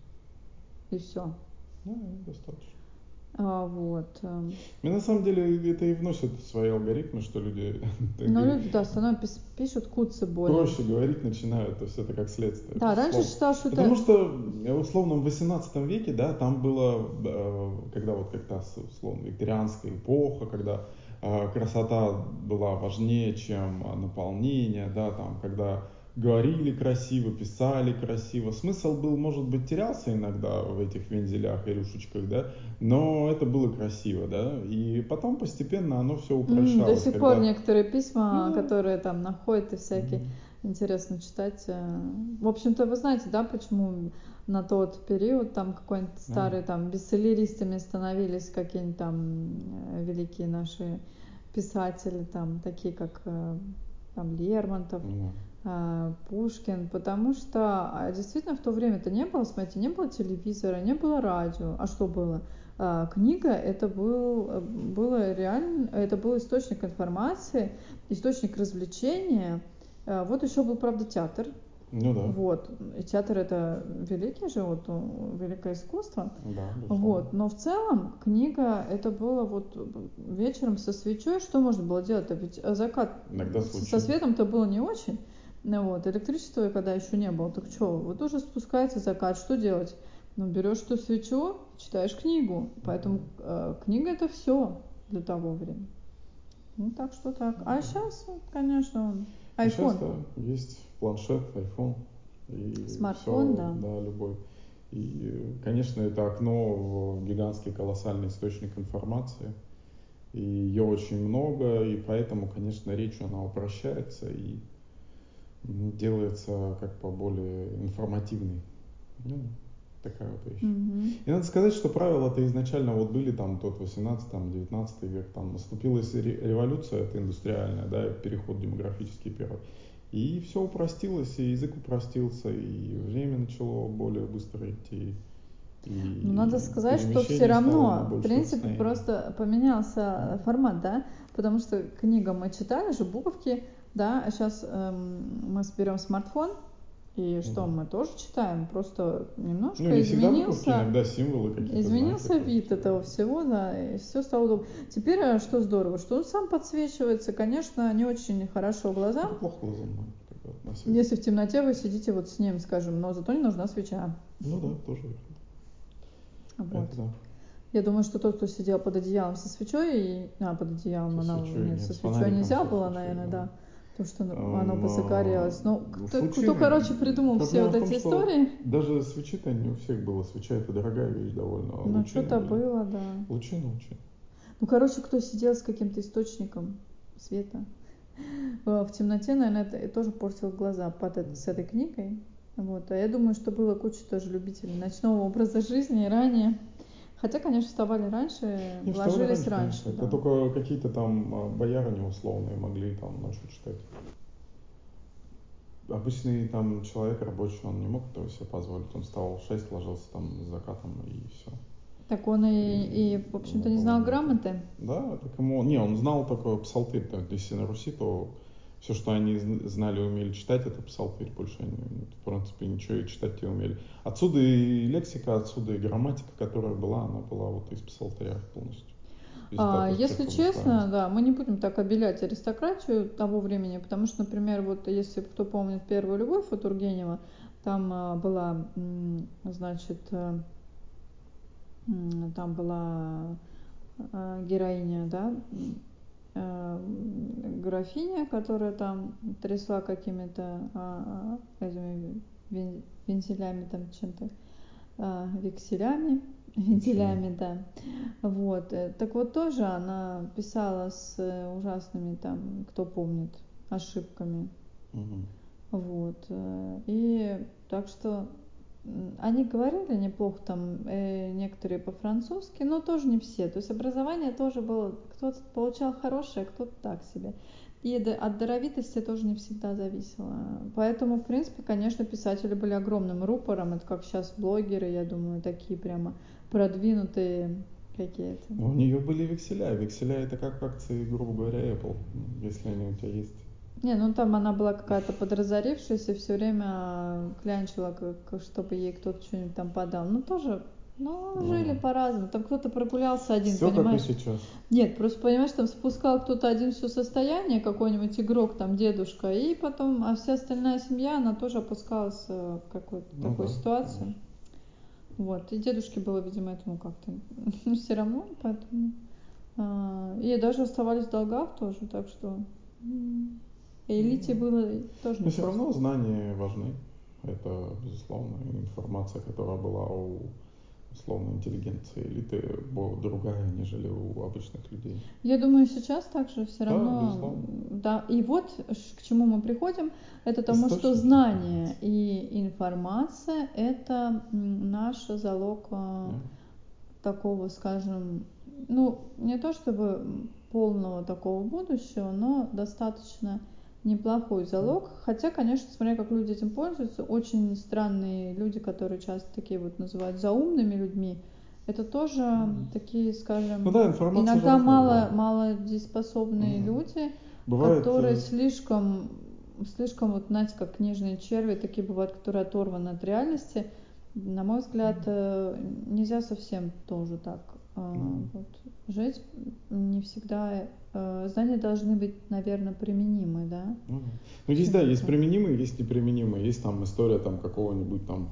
и все. Да, достаточно. А, вот. эм. И на самом деле это и вносит свои алгоритмы, что люди Но люди, да, становятся, пишут куцы более. проще говорить начинают, то есть это как следствие, Да, раньше безусловно. считал, что Потому это... что, э, условно, в восемнадцатом веке, да, там было, э, когда вот как раз, условно, викторианская эпоха, когда э, красота была важнее, чем э, наполнение, да, там, когда говорили красиво, писали красиво. Смысл был, может быть, терялся иногда в этих вензелях и рюшечках, да, но это было красиво, да, и потом постепенно оно все М, до упрощалось, сих пор когда... некоторые письма, Ну, которые там находят и да. всякие, интересно читать. э. В общем-то, вы знаете, да, почему на тот период там какой-нибудь Да. старый там бестселлеристами становились какие-нибудь там э, великие наши писатели, там такие как э, там Лермонтов, Да. э, Пушкин, потому что а, действительно в то время-то не было, смотрите, не было телевизора, не было радио, а что было? А, книга это был, э, было реально, это был источник информации, источник развлечения. Э, Вот еще был, правда, театр. Ну да. Вот. И театр это великий же, вот, о, великое искусство. Да, безусловно. Вот. Но в целом книга это было вот вечером со свечой. Что можно было делать-то? Ведь закат Иногда со со случилось. светом-то было не очень. Ну вот. Электричества когда еще не было. Так что, вот уже спускается закат, что делать? Ну, берешь ту свечу, читаешь книгу. Поэтому э, книга это все для того времени. Ну, так что так. А сейчас, конечно, А сейчас, айфон, да, есть планшет, iPhone и смартфон, все, да. да, любой. И, конечно, это окно в гигантский колоссальный источник информации. И ее очень много, и поэтому, конечно, речь она упрощается и м, делается как по более информативной. Ну, такая вот вещь. Мгм. И надо сказать, что правила-то изначально вот были там тот восемнадцатый, там, девятнадцатый век, там наступилась ре- революция, это индустриальная, да, переход демографический первый. И все упростилось, и язык упростился, и время начало более быстро идти. И Ну, надо сказать, что все перемещение стало на равно, в большое принципе, расстояние. просто поменялся формат, да, потому что книга мы читали же, буковки, да, а сейчас эм, мы берем смартфон, и что, Мгм. мы тоже читаем, просто Ну, немножко не всегда буковки, изменился, иногда символы, какие-то знаки. изменился тоже вид читаем. этого всего, да, и все стало удобно. Теперь э, что здорово, что он сам подсвечивается, конечно, не очень хорошо глазам, Это плохо глазам, да, когда на свет. если в темноте вы сидите вот с ним, скажем, но зато не нужна свеча. Ну да, тоже верно. Вот. Это да. Я думаю, что тот, кто сидел под одеялом со свечой, и... а, под одеялом, Со она, свечой, нет, нет, со с свечой фонариком, нельзя со было, свечой, наверное, да. да, потому что оно бы Эм, загорелось. Ну, а, кто, с кто, лучиной короче, придумал все проблема вот в том, эти что истории, даже свечи-то не у всех было. Свеча это дорогая вещь довольно, а ну, лучины что-то были. было, да. Лучины, лучины. Ну, короче, кто сидел с каким-то источником света э, в темноте, наверное, это тоже портило глаза под это- с этой книгой. Вот. А я думаю, что было куча тоже любителей ночного образа жизни и ранее. Хотя, конечно, вставали раньше, Не вставали ложились раньше, раньше, конечно. Это да. только какие-то там а, боярыни условные могли там ночью читать. Обычный там человек рабочий, он не мог этого себе позволить. Он встал в шесть, ложился там с закатом и все. Так он и, и в И общем-то, ему не было знал не это. грамоты. Да, так ему... Не, он знал только псалтырь. То есть, если на Руси, то все, что они зн- знали и умели читать, это псалтырь. Больше они, в принципе, ничего и читать не умели. Отсюда и лексика, отсюда и грамматика, которая была, она была вот из псалтыря полностью. Из А, датов если церковных честно, славянских. да, мы не будем так обелять аристократию того времени, потому что, например, вот если кто помнит «Первую любовь» у Тургенева, там а, была, м, значит, э, м, там была а, героиня, да, э, графиня, которая там трясла какими-то а, а, этими вен- вензелями, там чем-то, а, векселями, вензелями, да. Вот. э, Так вот тоже она писала с э, ужасными там, кто помнит, ошибками. Мгм. Вот. э, И так что м, они говорили неплохо там э, некоторые по-французски, но тоже не все. То есть образование тоже было, кто-то получал хорошее, а кто-то так себе. И д- от даровитости тоже не всегда зависело. Поэтому, в принципе, конечно, писатели были огромным рупором. Это как сейчас блогеры, я думаю, такие прямо продвинутые какие-то. Но у нее были векселя. Векселя это как акции, грубо говоря, Apple, если они у тебя есть. Не, ну там она была какая-то подразорившаяся, все время клянчила, как, чтобы ей кто-то что-нибудь там подал. Ну тоже, ну, жили Ну, по-разному. Там кто-то прогулялся один, все как и понимаешь? сейчас. Нет, просто понимаешь, там спускал кто-то один все состояние, какой-нибудь игрок, там дедушка, и потом, а вся остальная семья, она тоже опускалась э, в какую-то Ну такую да, ситуацию. конечно. Вот. И дедушке было, видимо, этому как-то все равно, поэтому. а, И даже оставались в долгах тоже, так что м, Ну, элите да. было тоже Но все непросто. равно знания важны. Это, безусловно, информация, которая была у условно интеллигенции элиты, была другая, нежели у обычных людей. Я думаю, сейчас также все Да, равно, безусловно. м, да. И вот ш- к чему мы приходим, это тому, что Источники знание информации. и информация – это м, наш залог а, Да. такого, скажем, ну, не то чтобы м, полного такого будущего, но достаточно неплохой залог. Хотя, конечно, смотря как люди этим пользуются, очень странные люди, которые часто такие вот называют заумными людьми, это тоже такие, Ну да, скажем, информация же иногда разная мало, бывает. мало дееспособные Мгм. люди, Бывает, которые э, слишком, слишком, вот, знаете, как книжные черви, такие бывают, которые оторваны от реальности. На мой взгляд, э, нельзя совсем тоже так э, ну, вот, жить. Не всегда э, знания должны быть, наверное, применимы, да, ну да. Ну к есть, да, есть чему-то. применимые, есть неприменимые. Есть там история там какого-нибудь там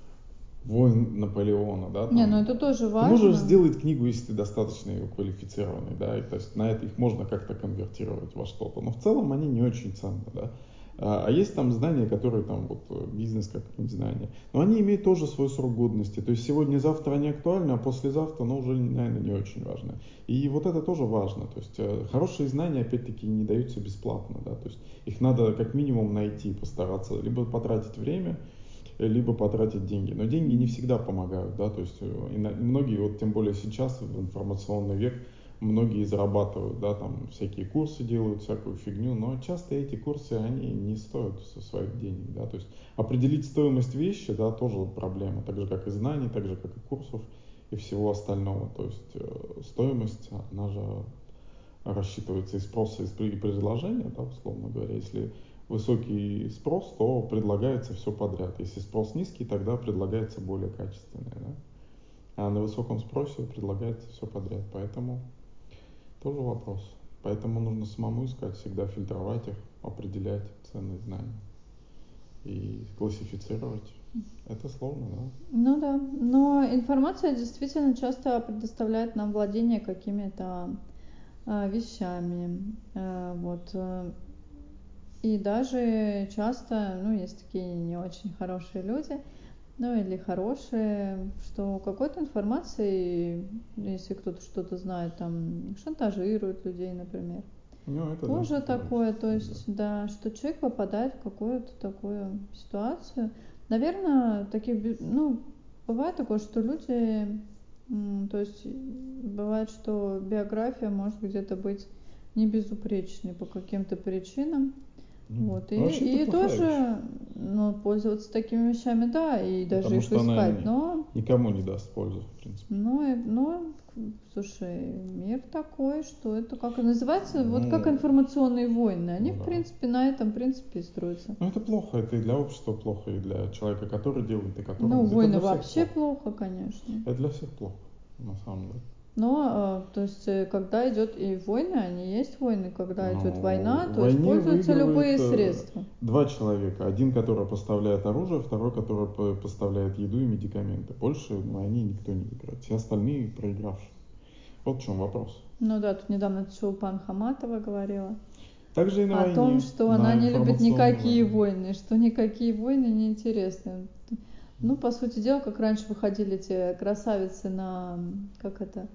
войн Наполеона, да, Не, ну там. это тоже Ты можешь важно. сделать книгу, если ты достаточно ее квалифицированный, да, и то есть на это их можно как-то конвертировать во что-то, но в целом они не очень ценны, да. А а есть там знания, которые там вот э, бизнес как знания, но они имеют тоже свой срок годности, то есть сегодня-завтра они актуальны, а послезавтра, ну, уже, наверное, не очень важны. И вот это тоже важно, то есть э, хорошие знания, опять-таки, не даются бесплатно, да, то есть их надо как минимум найти, постараться, либо потратить время, либо потратить деньги. Но деньги не всегда помогают, да, то есть э, и на- многие, вот тем более сейчас, в информационный век, многие зарабатывают, да, там всякие курсы делают, всякую фигню, но часто эти курсы, они не стоят со своих денег, да, то есть определить стоимость вещи, да, тоже проблема, так же, как и знаний, так же, как и курсов и всего остального, то есть э, стоимость, она же рассчитывается из спроса, из предложения, да, условно говоря. Если высокий спрос, то предлагается все подряд. Если спрос низкий, тогда предлагается более качественное, да? А на высоком спросе предлагается все подряд. Поэтому тоже вопрос. Поэтому нужно самому искать, всегда фильтровать их, определять ценные знания и классифицировать. Это сложно, да? Ну да, но информация действительно часто предоставляет нам владение какими-то а, вещами. А, вот. э, И даже часто, ну, есть такие не очень хорошие люди, ну или хорошие, что какой-то информацией, если кто-то что-то знает, там шантажирует людей, например. Ну, это да. Тоже такое, то Да. есть, да, что человек попадает в какую-то такую ситуацию. Наверное, таких, би- ну, бывает такое, что люди, м, то есть, бывает, что биография может где-то быть не безупречной по каким-то причинам. Ну, Вот, и, ну, вообще это и плохая вещь, тоже, ну, пользоваться такими вещами, да, и даже потому их что она искать, ни- но, никому не даст пользу, в принципе. ну, и- ну, слушай, мир такой, что это как и называется, вот как Ну, информационные войны, они, ну в да. принципе, на этом принципе и строятся. Ну, это плохо, это и для общества плохо, и для человека, который делает, и Ну, которому. Это войны для всех вообще плохо. плохо, конечно. Это для всех плохо, на самом деле. Но, э, то есть, э, когда идет и войны, они есть войны, когда идет Ну, война, в то войне используются выигрывает любые э, средства. два человека. Один, который поставляет оружие, второй, который по- поставляет еду и медикаменты. Больше на войне никто не выиграет. Все остальные проигравшие. Вот в чем вопрос. Ну да, тут недавно Чулпан Хаматова говорила Также и на о том, войне, что она на не любит информационной никакие войне. войны, что никакие войны не интересны. Ну, по сути дела, как раньше выходили те красавицы на, как это,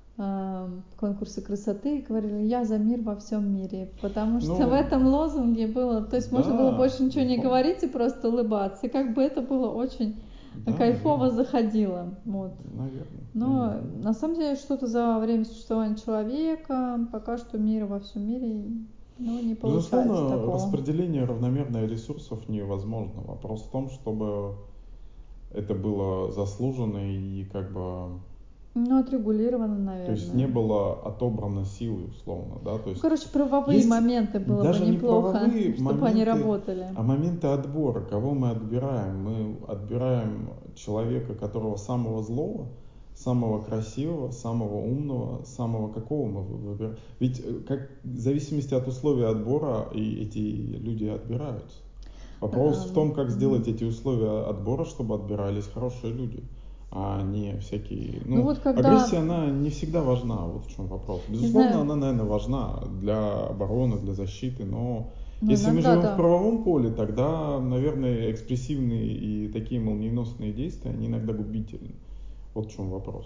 а, конкурсы красоты и говорили: я за мир во всем мире, потому что в Ну, этом лозунге было, то есть можно было да, больше ничего не безусловно. говорить и просто улыбаться, и как бы это было очень Да, кайфово наверное. заходило, вот. Наверное, я не Но знаю. на самом деле что-то за время существования человека, пока что мира во всем мире, ну, не получается Безусловно, такого. распределение равномерное ресурсов невозможно. Вопрос в том, чтобы это было заслуженно и как бы, Ну, отрегулировано, то есть не наверное. было отобрано силой условно, да, то Ну, есть короче, правовые есть моменты было бы даже не неплохо, правовые чтобы они моменты, работали. а моменты отбора, кого мы отбираем. Мы отбираем человека, которого самого злого, самого красивого, самого умного, самого какого мы выбираем. Ведь э, как, в зависимости от условий отбора и эти люди отбираются. Вопрос в том, Эм, как мгм. сделать эти условия отбора, чтобы отбирались хорошие люди, а не всякие... Ну Ну, вот когда, агрессия, она не всегда важна, вот в чем вопрос. не Безусловно, знаю, она, наверное, важна для обороны, для защиты, но ну если мы иногда живем в да. правовом поле, тогда, наверное, экспрессивные и такие молниеносные действия, они иногда губительны. Вот в чем вопрос.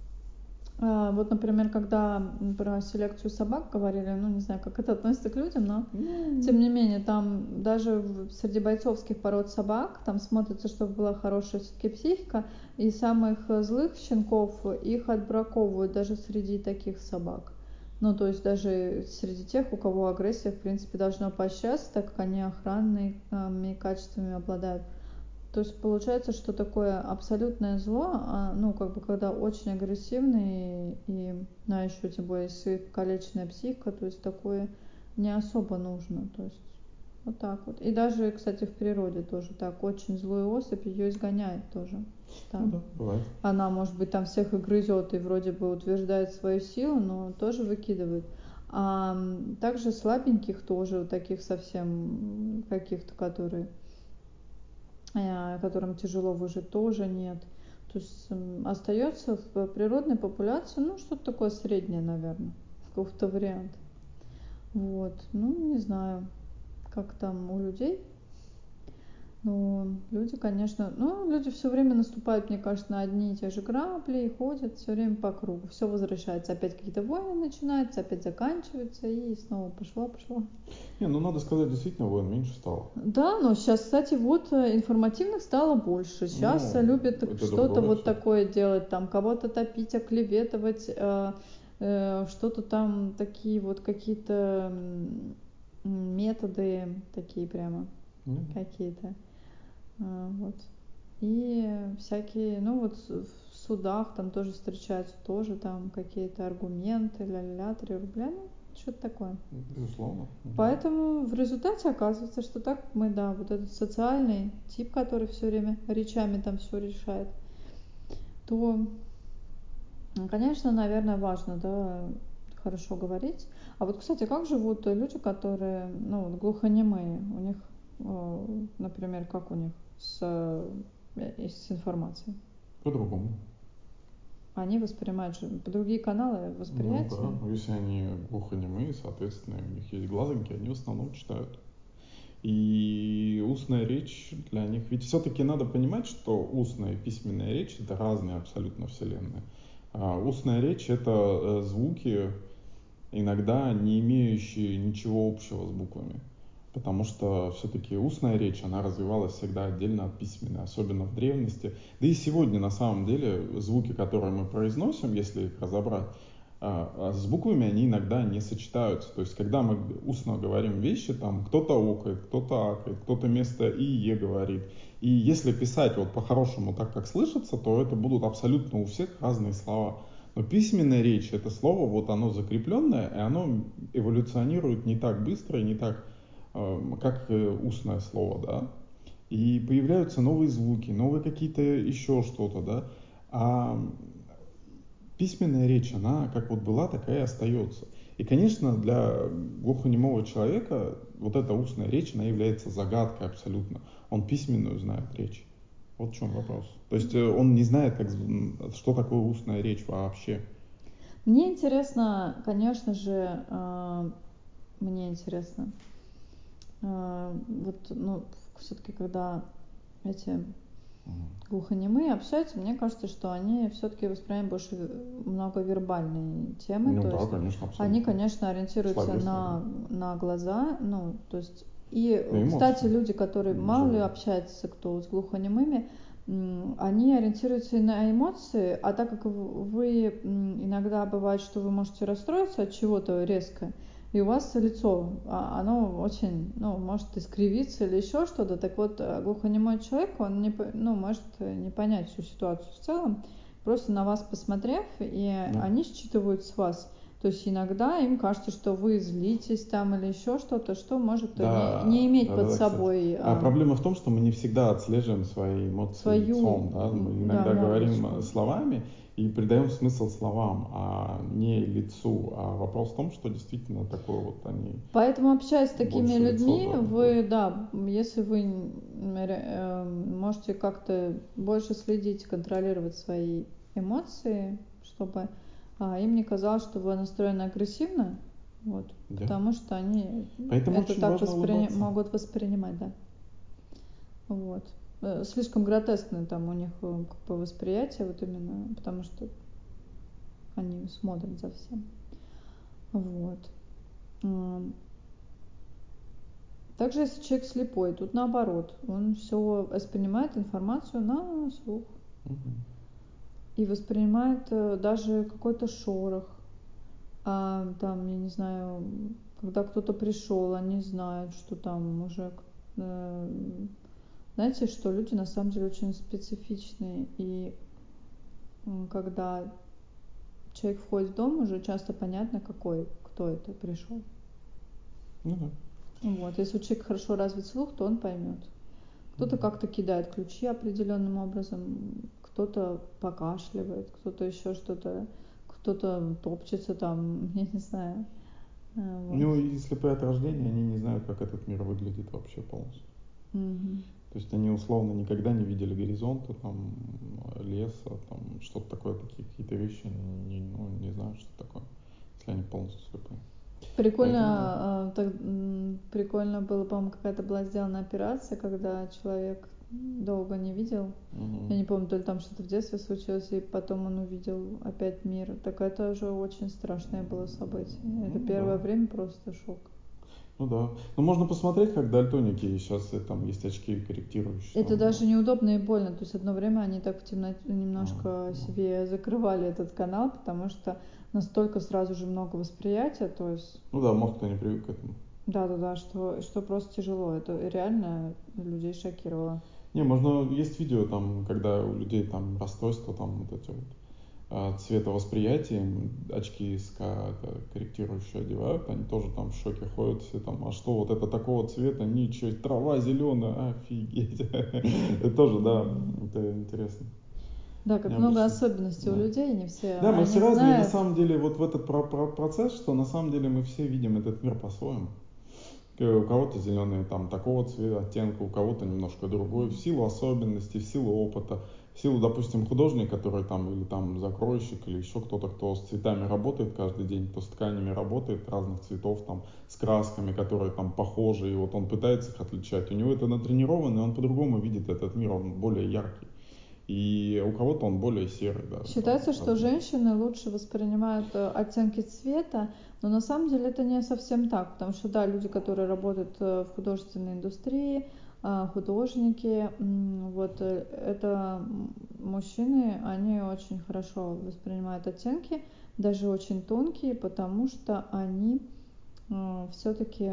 А, Вот, например, когда м, про селекцию собак говорили, ну не знаю, как это относится к людям, но Ну, тем не менее, там даже в- среди бойцовских пород собак, там смотрится, чтобы была хорошая все-таки психика, и самых э, злых щенков их отбраковывают даже среди таких собак. Ну, то есть даже среди тех, у кого агрессия, в принципе, должна поощряться, так как они охранными качествами обладают. То есть получается, что такое абсолютное зло, а, ну, как бы, когда очень агрессивный и, на еще тем более, если калеченная психика, то есть такое не особо нужно. То есть вот так вот. И даже, кстати, в природе тоже так. Очень злую особь ее изгоняет тоже. ну Там. да, бывает. Она, может быть, там всех и грызет и вроде бы утверждает свою силу, но тоже выкидывает. А м, также слабеньких тоже, вот таких совсем м, каких-то, которые э, которым тяжело выжить, тоже нет. То есть м, остается в природной популяции, ну, что-то такое среднее, наверное, какой-то вариант. Вот, ну, не знаю, как там у людей. Ну, люди, конечно, ну, люди все время наступают, мне кажется, на одни и те же грабли и ходят все время по кругу. Все возвращается, опять какие-то войны начинаются, опять заканчиваются, и снова пошло, пошло. Не, ну надо сказать, действительно, войн меньше стало. Да, но сейчас, кстати, вот э, информативных стало больше. Сейчас Ну, любят это что-то другое вот все. такое делать, там кого-то топить, оклеветывать, э, э, что-то там такие вот какие-то методы такие прямо mm-hmm. какие-то. А, вот. И всякие, ну вот в судах там тоже встречаются тоже там какие-то аргументы, ля-ля-ля, три рубля, ну что-то такое. Безусловно. Поэтому в результате оказывается, что так мы, да, вот этот социальный тип, который все время речами там все решает, то, конечно, наверное, важно, да, хорошо говорить. А вот, кстати, как живут люди, которые, ну, вот глухонемые, у них, например, как у них с, с информацией? По-другому. Они воспринимают же другие каналы восприятия. Ну да, если они глухонемые, соответственно, у них есть глазоньки, они в основном читают. И устная речь для них, ведь все-таки надо понимать, что устная и письменная речь это разные абсолютно вселенные. А устная речь это звуки, иногда не имеющие ничего общего с буквами. Потому что все-таки устная речь, она развивалась всегда отдельно от письменной, особенно в древности. Да и сегодня на самом деле звуки, которые мы произносим, если их разобрать, с буквами они иногда не сочетаются. То есть, когда мы устно говорим вещи, там кто-то окает, кто-то акает, кто-то вместо и, е говорит. И если писать вот по-хорошему так, как слышится, то это будут абсолютно у всех разные слова. Но письменная речь, это слово, вот оно закрепленное, и оно эволюционирует не так быстро и не так, как устное слово, да. И появляются новые звуки, новые какие-то еще что-то, да. А письменная речь, она как вот была, такая и остается. И, конечно, для глухонемого человека вот эта устная речь, она является загадкой абсолютно. Он письменную знает речь. Вот в чем вопрос. То есть он не знает, как, что такое устная речь вообще. Мне интересно, конечно же, мне интересно, вот, ну, все-таки, когда эти глухонемые общаются, мне кажется, что они все-таки воспринимают больше многовербальные темы. Ну то да, есть конечно, абсолютно. Они, конечно, ориентируются на, на глаза, ну, то есть и, на кстати, люди, которые Живые. мало ли общаются, кто с глухонемыми, они ориентируются и на эмоции, а так как вы иногда бывает, что вы можете расстроиться от чего-то резко, и у вас лицо, оно очень, ну, может искривиться или еще что-то, так вот, глухонемой человек, он не, ну, может не понять всю ситуацию в целом, просто на вас посмотрев, и да. они считывают с вас. То есть иногда им кажется, что вы злитесь там или еще что-то, что может да, не, не иметь да, под да, собой. А, а проблема в том, что мы не всегда отслеживаем свои эмоции свою, лицом. Да? Мы иногда да, говорим мордочку. словами и придаем смысл словам, а не лицу. А вопрос в том, что действительно такое вот они. Поэтому, общаясь с такими людьми, лицо, да, вы, да, если вы можете как-то больше следить, контролировать свои эмоции, чтобы а, им не казалось, что вы настроены агрессивно, вот, да. потому что они Поэтому это так воспри... могут воспринимать, да. Вот. Слишком гротескное там у них как бы восприятие, вот именно, потому что они смотрят за всем. Вот. Также если человек слепой, тут наоборот, он все воспринимает информацию на слух. Угу. И воспринимает даже какой-то шорох. А, там, я не знаю, когда кто-то пришел, они знают, что там уже... Э, знаете, что люди на самом деле очень специфичные. И когда человек входит в дом, уже часто понятно, какой, кто это пришел. Ну, вот. Если у человека хорошо развит слух, то он поймет. Кто-то как-то кидает ключи определенным образом, кто-то покашливает, кто-то еще что-то, кто-то топчется там, я не знаю. Вот. Ну и слепые от рождения, они не знают, как этот мир выглядит вообще полностью. Угу. То есть они условно никогда не видели горизонта, там, леса, там, что-то такое, такие какие-то вещи, не, ну, не знают, что такое, если они полностью слепые. Прикольно, Поэтому... так, прикольно было, по-моему, какая-то была сделана операция, когда человек долго не видел. Угу. Я не помню, то ли там что-то в детстве случилось, и потом он увидел опять мир. Так это уже очень страшное было событие. Это первое да. время просто шок. Ну да. Ну можно посмотреть, как дальтоники, сейчас там есть очки корректирующие. Это там, даже ну. неудобно и больно. То есть одно время они так в темноте А, немножко ну. себе закрывали этот канал, потому что настолько сразу же много восприятия, то есть Ну да, мозг-то не привык к этому. да-да-да, что, что просто тяжело. Это реально людей шокировало. Не, можно, есть видео там, когда у людей там расстройство, там вот эти вот а, цветовосприятия, им очки с ко- это, корректирующие одевают, они тоже там в шоке ходят все там, а что вот это такого цвета, ничего, трава зеленая, офигеть. Это тоже, да, это интересно. Да, как много Необычно. особенностей у Да. людей, не все Да, мы они все разные, на знают. самом деле, вот в этот про- про- процесс, что на самом деле мы все видим этот мир по-своему. Э, У кого-то зеленый там такого цвета, оттенка, у кого-то немножко другой, в силу особенностей, в силу опыта, в силу, допустим, художник, который там, или там закройщик, или еще кто-то, кто с цветами работает каждый день, кто с тканями работает разных цветов, там, с красками, которые там похожи, и вот он пытается их отличать. У него это натренировано, и он по-другому видит этот мир, он более яркий. И у кого-то он более серый, да. Считается, что разный. женщины лучше воспринимают э, оттенки цвета, но на самом деле это не совсем так, потому что да, люди, которые работают э, в художественной индустрии, э, художники, м, вот э, это м, мужчины, они очень хорошо воспринимают оттенки, даже очень тонкие, потому что они э, все-таки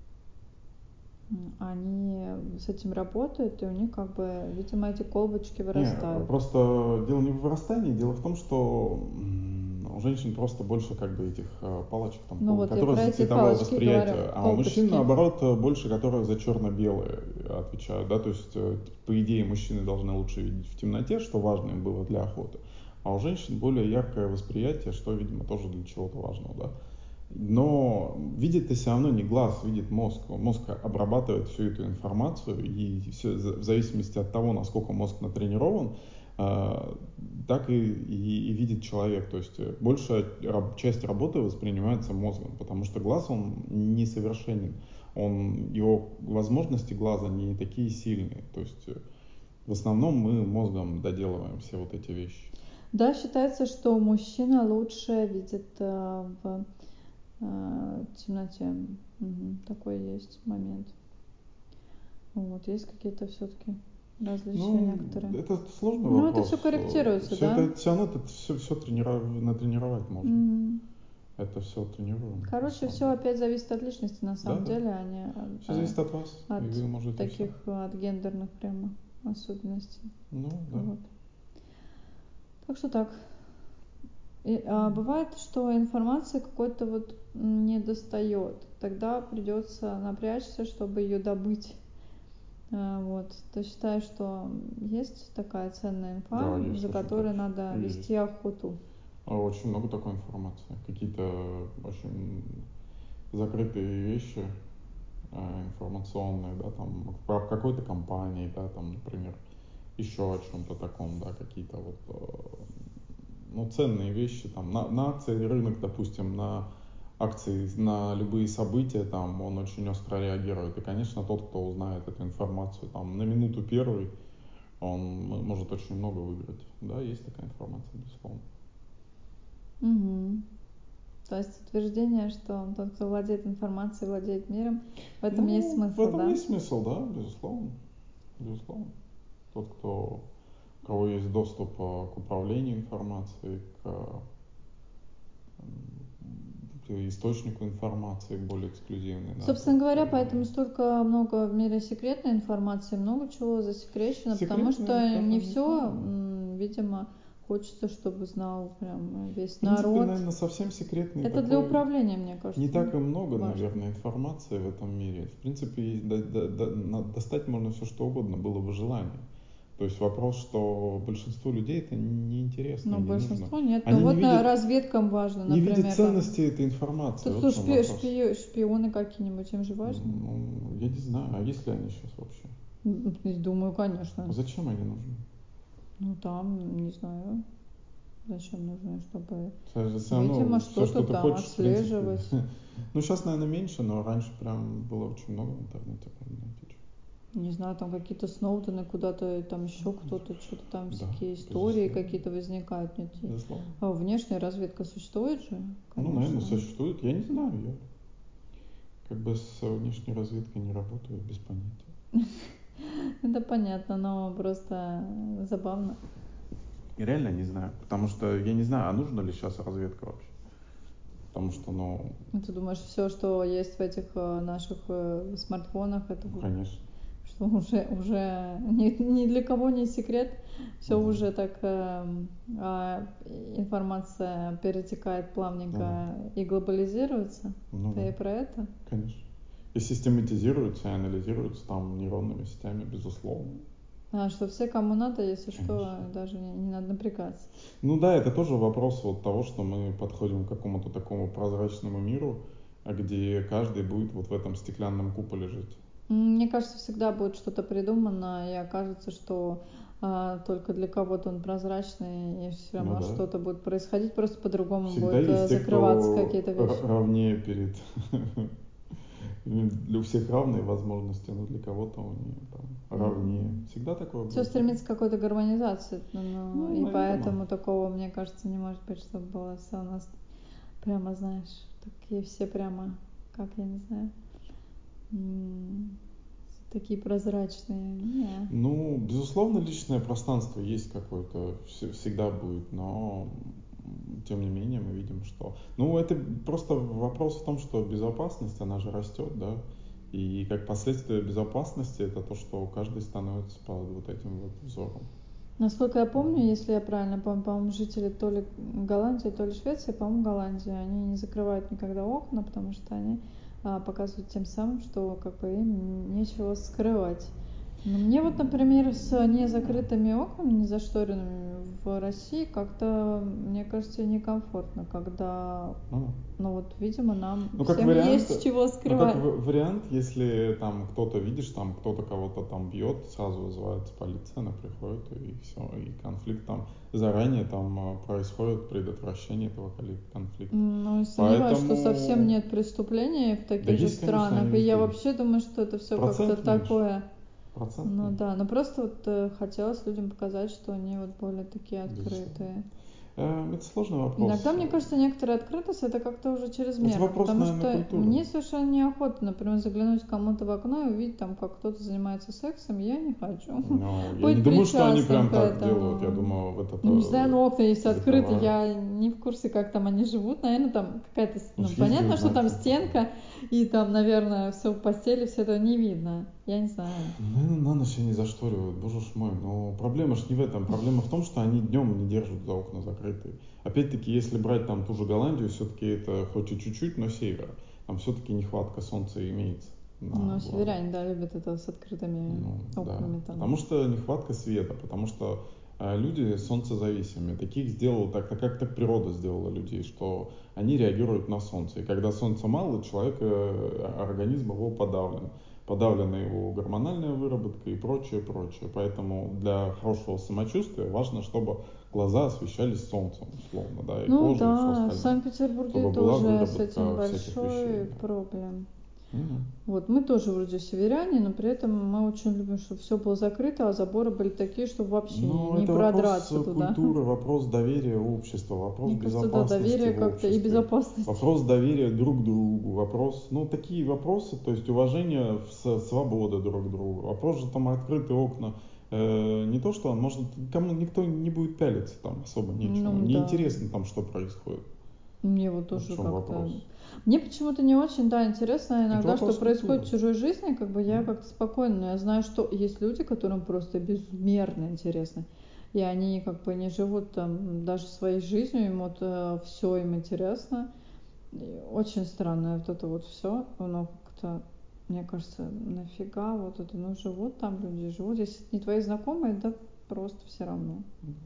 м, они с этим работают, и у них как бы, видимо, эти колбочки Не, вырастают. просто дело не в вырастании, дело в том, что м, у женщин просто больше как бы этих э, палочек, там, Ну кол- вот я которые про за эти цветовое палочки говорю, восприятие, а у мужчин, колбочки. наоборот, э, больше, которые за черно-белые отвечают, да, то есть, э, по идее, мужчины должны лучше видеть в темноте, что важно им было для охоты, а у женщин более яркое восприятие, что, видимо, тоже для чего-то важного, да. Но видит-то все равно не глаз, видит мозг. Мозг обрабатывает всю эту информацию, и все, в зависимости от того, насколько мозг натренирован, э, так и, и, и видит человек. То есть большая раб- часть работы воспринимается мозгом, потому что глаз, он несовершенен. Он, его возможности глаза не такие сильные. То есть э, в основном мы мозгом доделываем все вот эти вещи. Да, считается, что мужчина лучше видит э, в э, темноте. Мгм, такой есть момент. Вот, есть какие-то все-таки различия Ну, некоторые. это сложный Ну, это вопрос. все корректируется, Все да? это, все равно это все, все тренировать, натренировать можно. Мгм. Это все тренируемо, на Короче, самом все деле. опять зависит от личности на Да, самом да. деле, а не Все э, зависит от вас, и от вы можете все. таких, э, от гендерных прямо особенностей. Ну, да. Вот. Так что так. И, а, бывает, что информации какой-то вот не достает. Тогда придется напрячься, чтобы ее добыть. А, вот. Ты считаешь, что есть такая ценная инфа, Да, есть за очень, которой надо конечно. вести Есть. охоту? А очень много такой информации. Какие-то очень закрытые вещи э, информационные, да, там, про какой-то компании, да, там, например, еще о чем-то таком, да, какие-то вот, э, ну, ценные вещи, там, на, на акции рынок, допустим, на акции, на любые события, там, он очень остро реагирует. И, конечно, тот, кто узнает эту информацию, там, на минуту первый, он м- может очень много выиграть. Да, есть такая информация, безусловно. Угу. То есть утверждение, что тот, кто владеет информацией, владеет миром, в этом есть Ну, в смысл, этом да? есть смысл, да, безусловно. Безусловно. Тот, кто, у кого есть доступ э, к управлению информацией, к, м, к источнику информации более эксклюзивной, да, Собственно тот, говоря, кто поэтому имеет. столько много в мире секретной информации, много чего засекречено, потому Секретные что даже не не все, знаю. видимо, хочется, чтобы знал прям весь В принципе, народ. наверное, совсем секретный Это для такой управления, мне не кажется, так и много, важно. наверное, информации в этом мире. В принципе, есть- до- до- до- на- достать можно все, что угодно, было бы желание. То есть вопрос, что большинству людей это неинтересно Но и не нужно. большинство нет. Ну Они не вот на видят, разведкам важно, не видят например, там. ценности этой информации. Тут Вот в кто чем шпи- вопрос. шпи- шпионы какие-нибудь, им же важно. Ну, я не знаю, а есть ли они сейчас вообще? М, Думаю, конечно. Зачем они нужны? Ну там, не знаю, зачем нужно, чтобы, Все видимо, равно все, что-то что ты там хочешь, в принципе. отслеживать. Ну, сейчас, наверное, меньше, но раньше прям было очень много в интернете, правда, найти. Не знаю, там какие-то Сноудены куда-то, там еще кто-то, что-то там Да, всякие истории безусловно. какие-то возникают. Нет, и- Безусловно. а внешняя разведка существует же, Ну, наверное, конечно. существует. Я не знаю, я, Как бы с внешней разведкой не работаю, без понятия. Это понятно, но просто забавно. Я реально не знаю, потому что я не знаю, а нужна ли сейчас разведка вообще? Потому что, ну... Ты думаешь, все, что есть в этих э, наших э, смартфонах, это Ну, конечно. что уже, уже ни, ни для кого не секрет, все Ну, уже так э, э, информация перетекает плавненько ну, и глобализируется. ну, Ты да. и про это? Конечно. И систематизируется, и анализируется там нейронными сетями, безусловно. А что все, кому надо, если Конечно. что, даже не, не надо напрягаться. Ну да, это тоже вопрос вот того, что мы подходим к какому-то такому прозрачному миру, где каждый будет вот в этом стеклянном куполе жить. Мне кажется, всегда будет что-то придумано, и окажется, что а, только для кого-то он прозрачный, и все равно Ну да. что-то будет происходить, просто по-другому Всегда будет есть а, те, закрываться кто какие-то р- вещи. равнее перед... Для всех равные возможности, но для кого-то они там равнее. Всегда такое Все будет. стремится к какой-то гармонизации, ну, Ну, и наверное. поэтому такого, мне кажется, не может быть, чтобы было все у нас прямо, знаешь, такие все прямо, как я не знаю, м, такие прозрачные. Не. Ну, безусловно, личное пространство есть какое-то, вс- всегда будет, но м, тем не менее мы видим, что... Ну, это просто вопрос в том, что безопасность, она же растет, да, и как последствие безопасности это то, что каждый становится под вот этим вот взором. Насколько я помню, если я правильно помню, по-моему, жители то ли Голландии, то ли Швеции, по-моему, Голландии, они не закрывают никогда окна, потому что они а, показывают тем самым, что как бы им нечего скрывать. Но мне вот, например, с незакрытыми окнами, незашторенными в России как-то, мне кажется, некомфортно, когда, Ну, ну вот, видимо, нам Ну, как всем вариант, есть чего ну, как скрывать. в- вариант, если там кто-то, видишь, там кто-то кого-то там бьет, сразу вызывается полиция, она приходит, и все, и конфликт там заранее там э, происходит предотвращение этого коли- конфликта. Ну, и сомневаюсь, что совсем Поэтому, нет преступлений в да таких же есть, конечно, странах. они И я везде есть. вообще думаю, что это все как-то Процент меньше, такое. процент Ну меньше, да, но просто вот э, хотелось людям показать, что они вот более такие безусловно. открытые. Э, Это сложный вопрос. Иногда, мне кажется, некоторая открытость это как-то уже Это чрезмерно, вопрос, потому наверное, что культуры. мне совершенно неохота, например, заглянуть кому-то в окно и увидеть там, как кто-то занимается сексом, я не хочу Ну, я не быть думаю, что они причастным прям к так делают. Я этому. думаю, вот Ну, не знаю, это но окна есть открыты, закрывают. я не в курсе, как там они живут. Наверное, там какая-то, Ну, ну, съезди, понятно, что узнай, там что там. стенка, и там, наверное, все в постели, все это не видно. Я не знаю. Ну, на ночь они зашторивают, боже ж мой. Но проблема ж не в этом. Проблема в том, что они днем не держат за окна закрытые. Опять-таки, если брать там ту же Голландию, все-таки это хоть и чуть-чуть, но север. Там все-таки нехватка солнца имеется на Ну, глазах. северяне, да, любят это с открытыми Ну, да. окнами там. Потому что нехватка света, потому что э, люди солнцезависимые. Таких сделала, так, так как так природа сделала людей, что они реагируют на солнце. И когда солнца мало, человек, э, организм его подавлен. Подавлена его гормональная выработка и прочее, прочее. Поэтому для хорошего самочувствия важно, чтобы глаза освещались солнцем, условно, да, и Ну кожа, и все да, в остальное. Санкт-Петербурге Чтобы была тоже с этим выработка всяких вещей. большой Да. проблем. Мгм. Вот, мы тоже вроде северяне, но при этом мы очень любим, чтобы все было закрыто, а заборы были такие, чтобы вообще не, Ну, не это вопрос продраться туда. культуры, вопрос доверия общества, вопрос Мне кажется, да, безопасности доверие в как-то и обществе, безопасность. вопрос доверия друг к другу, вопрос, ну, такие вопросы, то есть уважение, в- свобода друг к другу. Вопрос же там открытые окна, э, не то, что, может, кому никто не будет пялиться там особо нечего, Ну да. неинтересно там, что происходит. Мне вот Вот в тоже чем как-то... вопрос. Мне почему-то не очень, да, интересно Это иногда, что вопрос происходит культуры. в чужой жизни, как бы я Ну, как-то спокойно, но я знаю, что есть люди, которым просто безмерно интересно. И они как бы не живут там даже своей жизнью, им вот э, все им интересно. И очень странно вот это вот все, оно как-то, мне кажется, нафига вот это, ну живут там люди, живут, если это не твои знакомые, да просто все равно.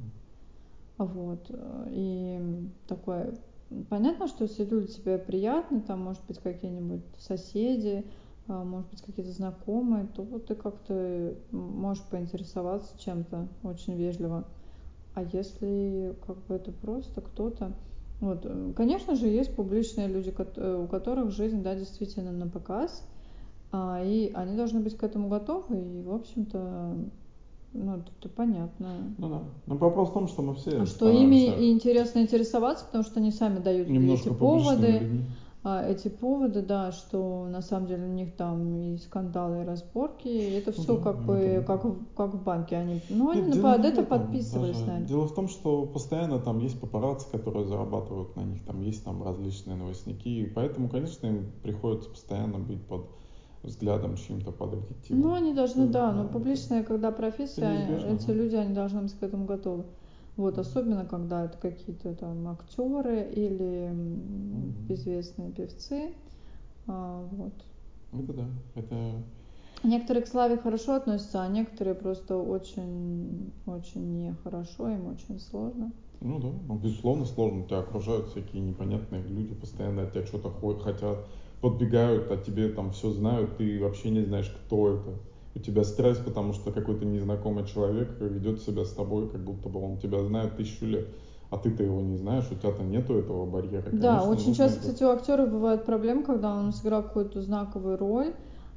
Вот. э, И такое, понятно, что если люди тебе приятны, там, может быть, какие-нибудь соседи, а, может быть, какие-то знакомые, то вот ты как-то можешь поинтересоваться чем-то очень вежливо. А если как бы это просто кто-то... Вот, э, конечно же, есть публичные люди, кот- э, у которых жизнь, да, действительно на показ, а, и они должны быть к этому готовы, и, в общем-то, ну, это понятно. ну да. Но вопрос в том, что мы А все что ими становимся и интересно интересоваться, потому что они сами дают эти немножко публичными поводы, людьми. а, эти поводы, да, что на самом деле у них там и скандалы, и разборки, и это Ну все да, как и в бы интернете. как, в- как в банке. Они, ну, они Нет, на- дело под не в это этом подписывались, даже. наверное. Дело в том, что постоянно там есть папарацци, которые зарабатывают на них, там есть там различные новостники, и поэтому, конечно, им приходится постоянно быть под взглядом чьим-то, под Ну, объективом. они должны, Это, да, да, но это, публичная, когда это профессия, неизбежно, они- эти да. люди, они должны быть к этому готовы. Вот, Мгм. особенно, когда это какие-то там актеры или м, Мгм. известные певцы. А, вот. Это да, это, Некоторые к славе хорошо относятся, а некоторые просто очень, очень нехорошо, им очень сложно. ну да, ну, безусловно, сложно. Тебя окружают всякие непонятные люди, постоянно от тебя что-то хо- хотят, подбегают, а тебе там все знают, ты вообще не знаешь, кто это. У тебя стресс, потому что какой-то незнакомый человек ведет себя с тобой, как будто бы он тебя знает тысячу лет, а ты-то его не знаешь, у тебя-то нету этого барьера. Да, Конечно, очень нужно часто, это. кстати, у актеров бывает проблема, когда он сыграл какую-то знаковую роль,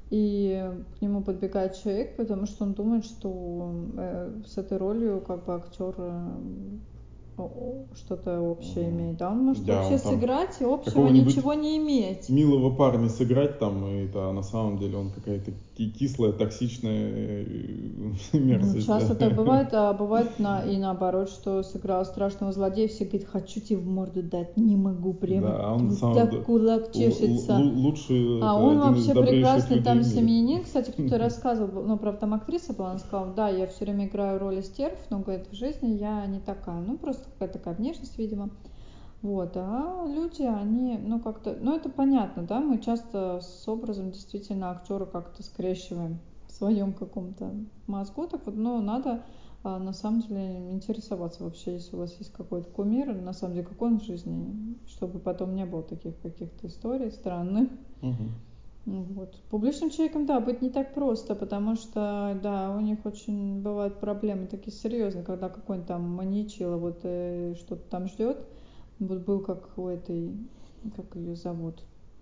и к нему подбегает человек, потому что он думает, что э, с этой ролью как бы актер э, о- о- что-то общее Мгм. имеет. Да, он может Да, вообще он там сыграть и общего какого-нибудь ничего не иметь. милого парня сыграть там, и это на самом деле он какая-то ки- кислая, токсичная э, Ну, мерзость, да. часто так бывает, а бывает на, и наоборот, что сыграл страшного злодея, все говорят, хочу тебе в морду дать, не могу, прямо Да, а он вот сам д- так кулак л- л- чешется. лучший, А это он один из вообще добрейших прекрасный людей там в мире. семьянин. Кстати, кто-то рассказывал, ну, правда, там актриса была, она сказала, да, я все время играю роли стерв, но, говорит, в жизни я не такая. Ну, просто какая-то такая внешность, видимо. Вот, а люди, они, ну, как-то, ну, это понятно, да, мы часто с образом действительно актера как-то скрещиваем в своем каком-то мозгу, так вот, ну, надо а, на самом деле интересоваться вообще, если у вас есть какой-то кумир, на самом деле, какой он в жизни, чтобы потом не было таких каких-то историй странных. Мгм. Ну вот. Публичным человеком, да, быть не так просто, потому что, да, у них очень бывают проблемы такие серьезные, когда какой-нибудь там маньячило вот э, что-то там ждет. Вот был как у этой, как ее зовут,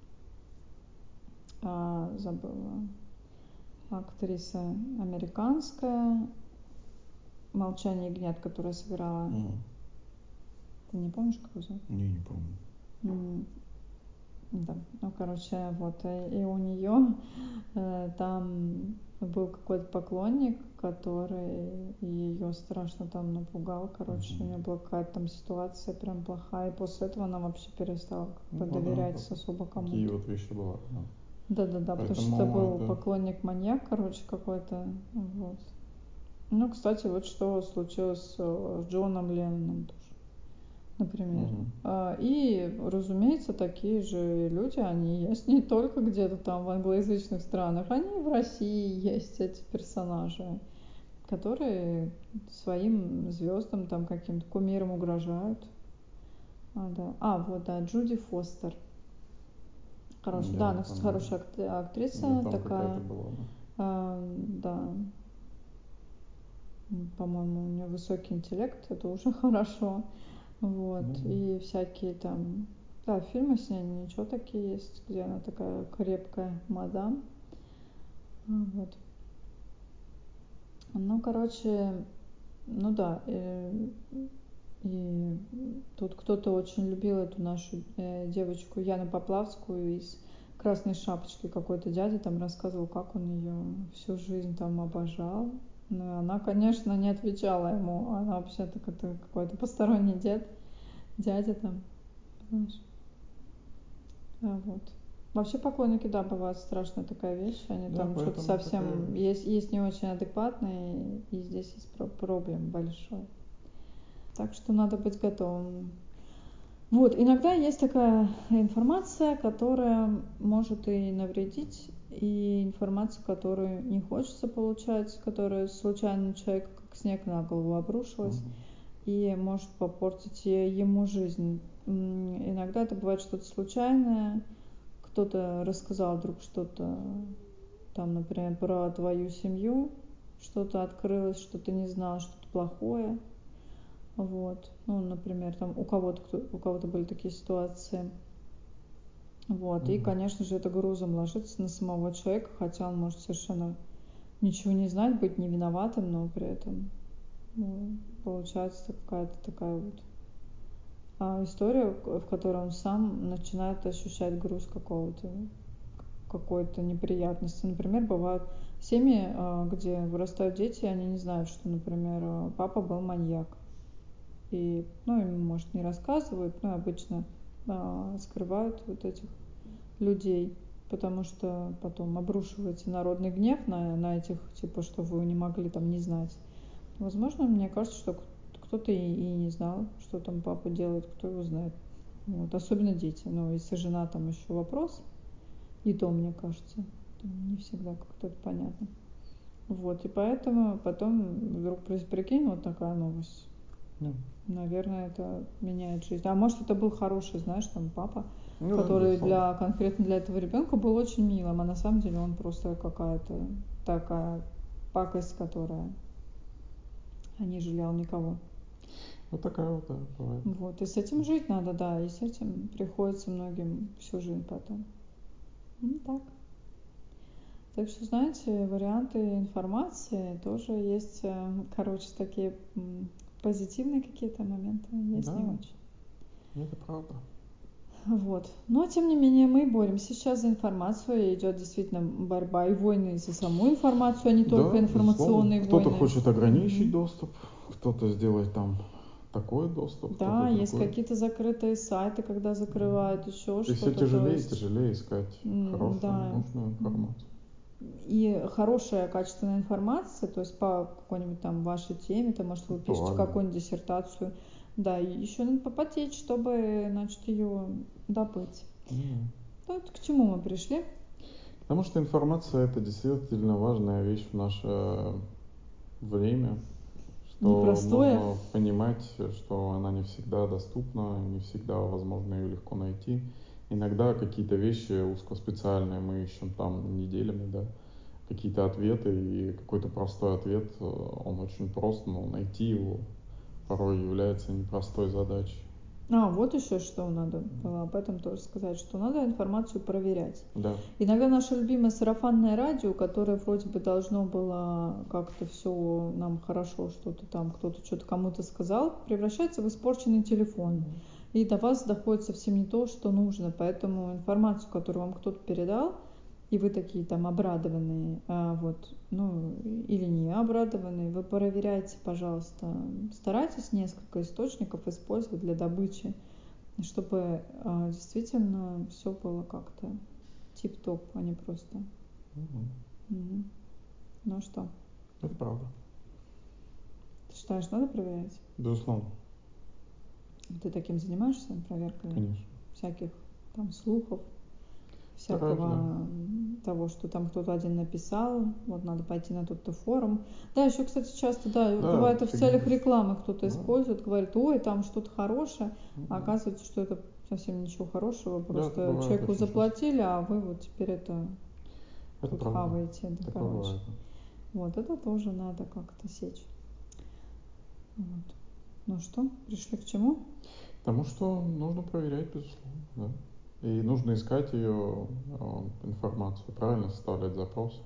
а, забыла, актриса американская, «Молчание ягнят», которая сыграла. Мгм. Ты не помнишь, как ее зовут? Не, не помню. М, Да, ну, короче, вот, и, и у нее э, там был какой-то поклонник, который ее страшно там напугал, короче, у Мгм. нее была какая-то там ситуация прям плохая, и после этого она вообще перестала как Ну бы да, да, доверять так- особо такие кому-то. вот вещи бывают, да. Да-да-да, потому что это Поэтому был это, поклонник-маньяк, короче, какой-то, вот. Ну, кстати, вот что случилось с э, Джоном Ленноном тоже, например. мгм. А, И, разумеется, такие же люди, они есть не только где-то там в англоязычных странах, они и в России есть, эти персонажи, которые своим звездам, там каким-то кумирам угрожают. А, да. А, вот, да, Джуди Фостер. Хорошая, да, Я она, кстати, там, хорошая акт- я актриса там какая-то такая, была, да. а, да, м, по-моему, у нее высокий интеллект, это уже хорошо. Вот, Ну, и всякие там, да, фильмы с ней ничего такие есть, где она такая крепкая мадам. А, Вот. Ну, короче, ну да, э, и тут кто-то очень любил эту нашу э, девочку Яну Поплавскую из «Красной шапочки». Какой-то дядя там рассказывал, как он ее всю жизнь там обожал. Ну, и она, конечно, не отвечала ему. Она вообще-то как-то какой-то посторонний дед, дядя там, знаешь. А, вот. Вообще поклонники, да, бывает страшная такая вещь. Они да, там что-то поэтому такая совсем... вещь. Есть, есть не очень адекватные, и здесь есть про- проблем большой. Так что надо быть готовым. Вот, иногда есть такая информация, которая может и навредить, и информация, которую не хочется получать, которая случайно человеку как снег на голову обрушилась Мгм. и может попортить е- ему жизнь. М, Иногда это бывает что-то случайное, кто-то рассказал вдруг что-то, там, например, про твою семью, что-то открылось, что ты не знал, что-то плохое. Вот. Ну, например, там у кого-то, кто, у кого-то были такие ситуации. Вот. И, Мгм. конечно же, это грузом ложится на самого человека, хотя он может совершенно ничего не знать, быть не виноватым, но при этом ну, получается какая-то такая вот а, историю, в которой он сам начинает ощущать груз какого-то, какой-то неприятности. Например, бывают семьи, а, где вырастают дети, и они не знают, что, например, а, папа был маньяк. И, ну, им, может, не рассказывают, но обычно а, скрывают вот этих людей, потому что потом обрушивается народный гнев на, на этих, типа, что вы не могли там не знать. Возможно, мне кажется, что кто-то и, и не знал, что там папа делает, кто его знает. Вот, особенно дети. Но если жена, там еще вопрос, и то, мне кажется, не всегда как-то это понятно. Вот, и поэтому потом вдруг, прикинь, вот такая новость. Yeah. Наверное, это меняет жизнь. А может, это был хороший, знаешь, там папа, Ну, который да, для конкретно для этого ребенка был очень милым, а на самом деле он просто какая-то такая пакость, которая не жалел никого. Вот такая вот, да, бывает. Вот, и с этим жить надо, да, и с этим приходится многим всю жизнь потом. Ну, так. Так что, знаете, варианты информации тоже есть, короче, такие позитивные какие-то моменты, есть Да, не очень. это правда. Вот. Но, тем не менее, мы боремся сейчас за информацию, и идет действительно борьба и войны за саму информацию, а не только Да, информационные безусловно. Кто-то войны. хочет ограничить Мгм. доступ, кто-то сделать там такой доступ, Да, кто-то есть другой. какие-то закрытые сайты, когда закрывают еще И все что-то, то тяжелее и есть, тяжелее искать м, хорошую, да, нужную информацию. и хорошая качественная информация, то есть по какой-нибудь там вашей теме, то может вы пишете Актуально. какую-нибудь диссертацию, да, и еще надо попотеть, чтобы, значит, ее добыть. Mm. Вот к чему мы пришли. Потому что информация — это действительно важная вещь в наше время, что Непростое. нужно понимать, что она не всегда доступна, не всегда возможно ее легко найти. Иногда какие-то вещи узкоспециальные мы ищем там неделями, да, какие-то ответы, и какой-то простой ответ, он очень прост, но найти его порой является непростой задачей. А, вот еще что надо было об этом тоже сказать, что надо информацию проверять. Да. Иногда наше любимое сарафанное радио, которое вроде бы должно было как-то все нам хорошо, что-то там, кто-то что-то кому-то сказал, превращается в испорченный телефон. И до вас доходит совсем не то, что нужно. Поэтому информацию, которую вам кто-то передал, и вы такие там обрадованные, а, вот, ну, или не обрадованные, вы проверяйте, пожалуйста. Старайтесь несколько источников использовать для добычи, чтобы а, действительно все было как-то тип-топ, а не просто. Угу. Угу. Ну что? Это правда. Ты считаешь, надо проверять? Безусловно. Ты таким занимаешься, проверкой Конечно. всяких там слухов, Стараюсь, да. всякого того, что там кто-то один написал, вот надо пойти на тот-то форум. Да, еще, кстати, часто, да, Да, бывает и в фигня. целях рекламы кто-то Да. использует, говорит, ой, там что-то хорошее, Угу. а оказывается, что это совсем ничего хорошего, просто Да, человеку очень заплатили, часто. А вы вот теперь это, это тут правда. хаваете, да, Такое короче. бывает. Вот это тоже надо как-то сечь. Вот. Ну что, пришли к чему? Потому что нужно проверять, безусловно, да. И нужно искать ее информацию, правильно составлять запрос.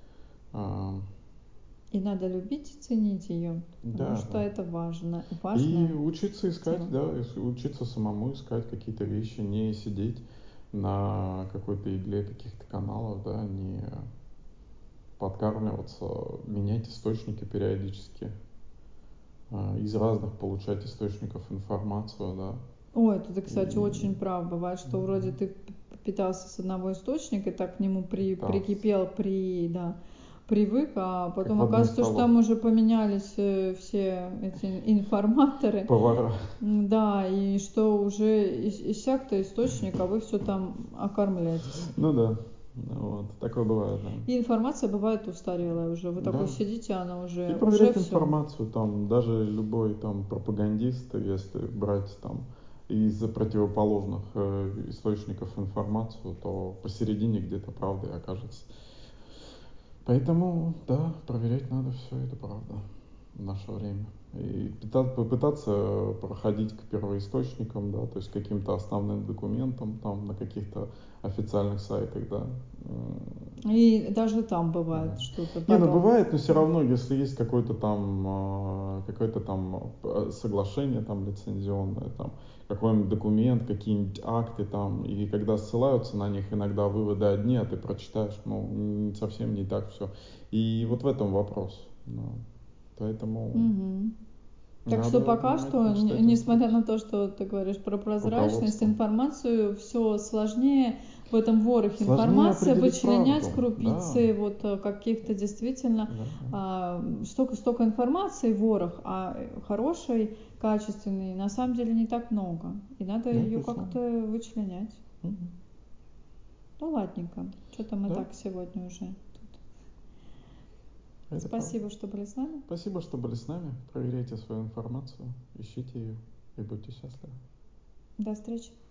И надо любить и ценить ее, потому Да, что да. это важно, важная И учиться искать, тема. да, учиться самому искать какие-то вещи, не сидеть на какой-то игле каких-то каналов, да, не подкармливаться, менять источники периодически, из разных получать источников информацию, да. Ой, это ты, кстати, И... очень прав. Бывает, что mm-hmm. вроде ты питался с одного источника, так к нему при, прикипел, при, да, привык, а потом оказывается, что там уже поменялись э, все эти информаторы. Повара. Да, и что уже иссяк-то источник, а вы все там окармливаетесь. Ну да. Вот, такое бывает, да. И информация бывает устарелая уже. Вы да. такой сидите, она уже. И проверять уже информацию, все. Там, даже любой там пропагандист, если брать там из противоположных э, источников информацию, то посередине где-то правда и окажется. Поэтому, да, проверять надо все, это правда в наше время. И пыта- попытаться проходить к первоисточникам, да, то есть каким-то основным документам там на каких-то официальных сайтах, да. И даже там Да. бывает что-то Не, ну потом. бывает, но все равно, если есть какое-то там, а, какое-то там а, соглашение там лицензионное, там какой-нибудь документ, какие-нибудь акты там, и когда ссылаются на них, иногда выводы одни, а ты прочитаешь, ну, н- совсем не так все. И вот в этом вопрос. Да. Поэтому Мгм. Так что надо пока что, внимательно не- читать несмотря инструкцию. на то, что ты говоришь про прозрачность, Руководство. информацию все сложнее в этом ворохе Сложнее информации определить вычленять правду. Да, крупицы вот э, каких-то действительно да, да. а, столько, столько информации ворох, а хорошей, качественной на самом деле не так много. И надо Да, ее безусловно. как-то вычленять. Мгм. Ну ладненько, что-то мы Да, так сегодня уже. это правда. Спасибо, что были с нами. Спасибо, что были с нами. Проверяйте свою информацию, ищите ее и будьте счастливы. До встречи.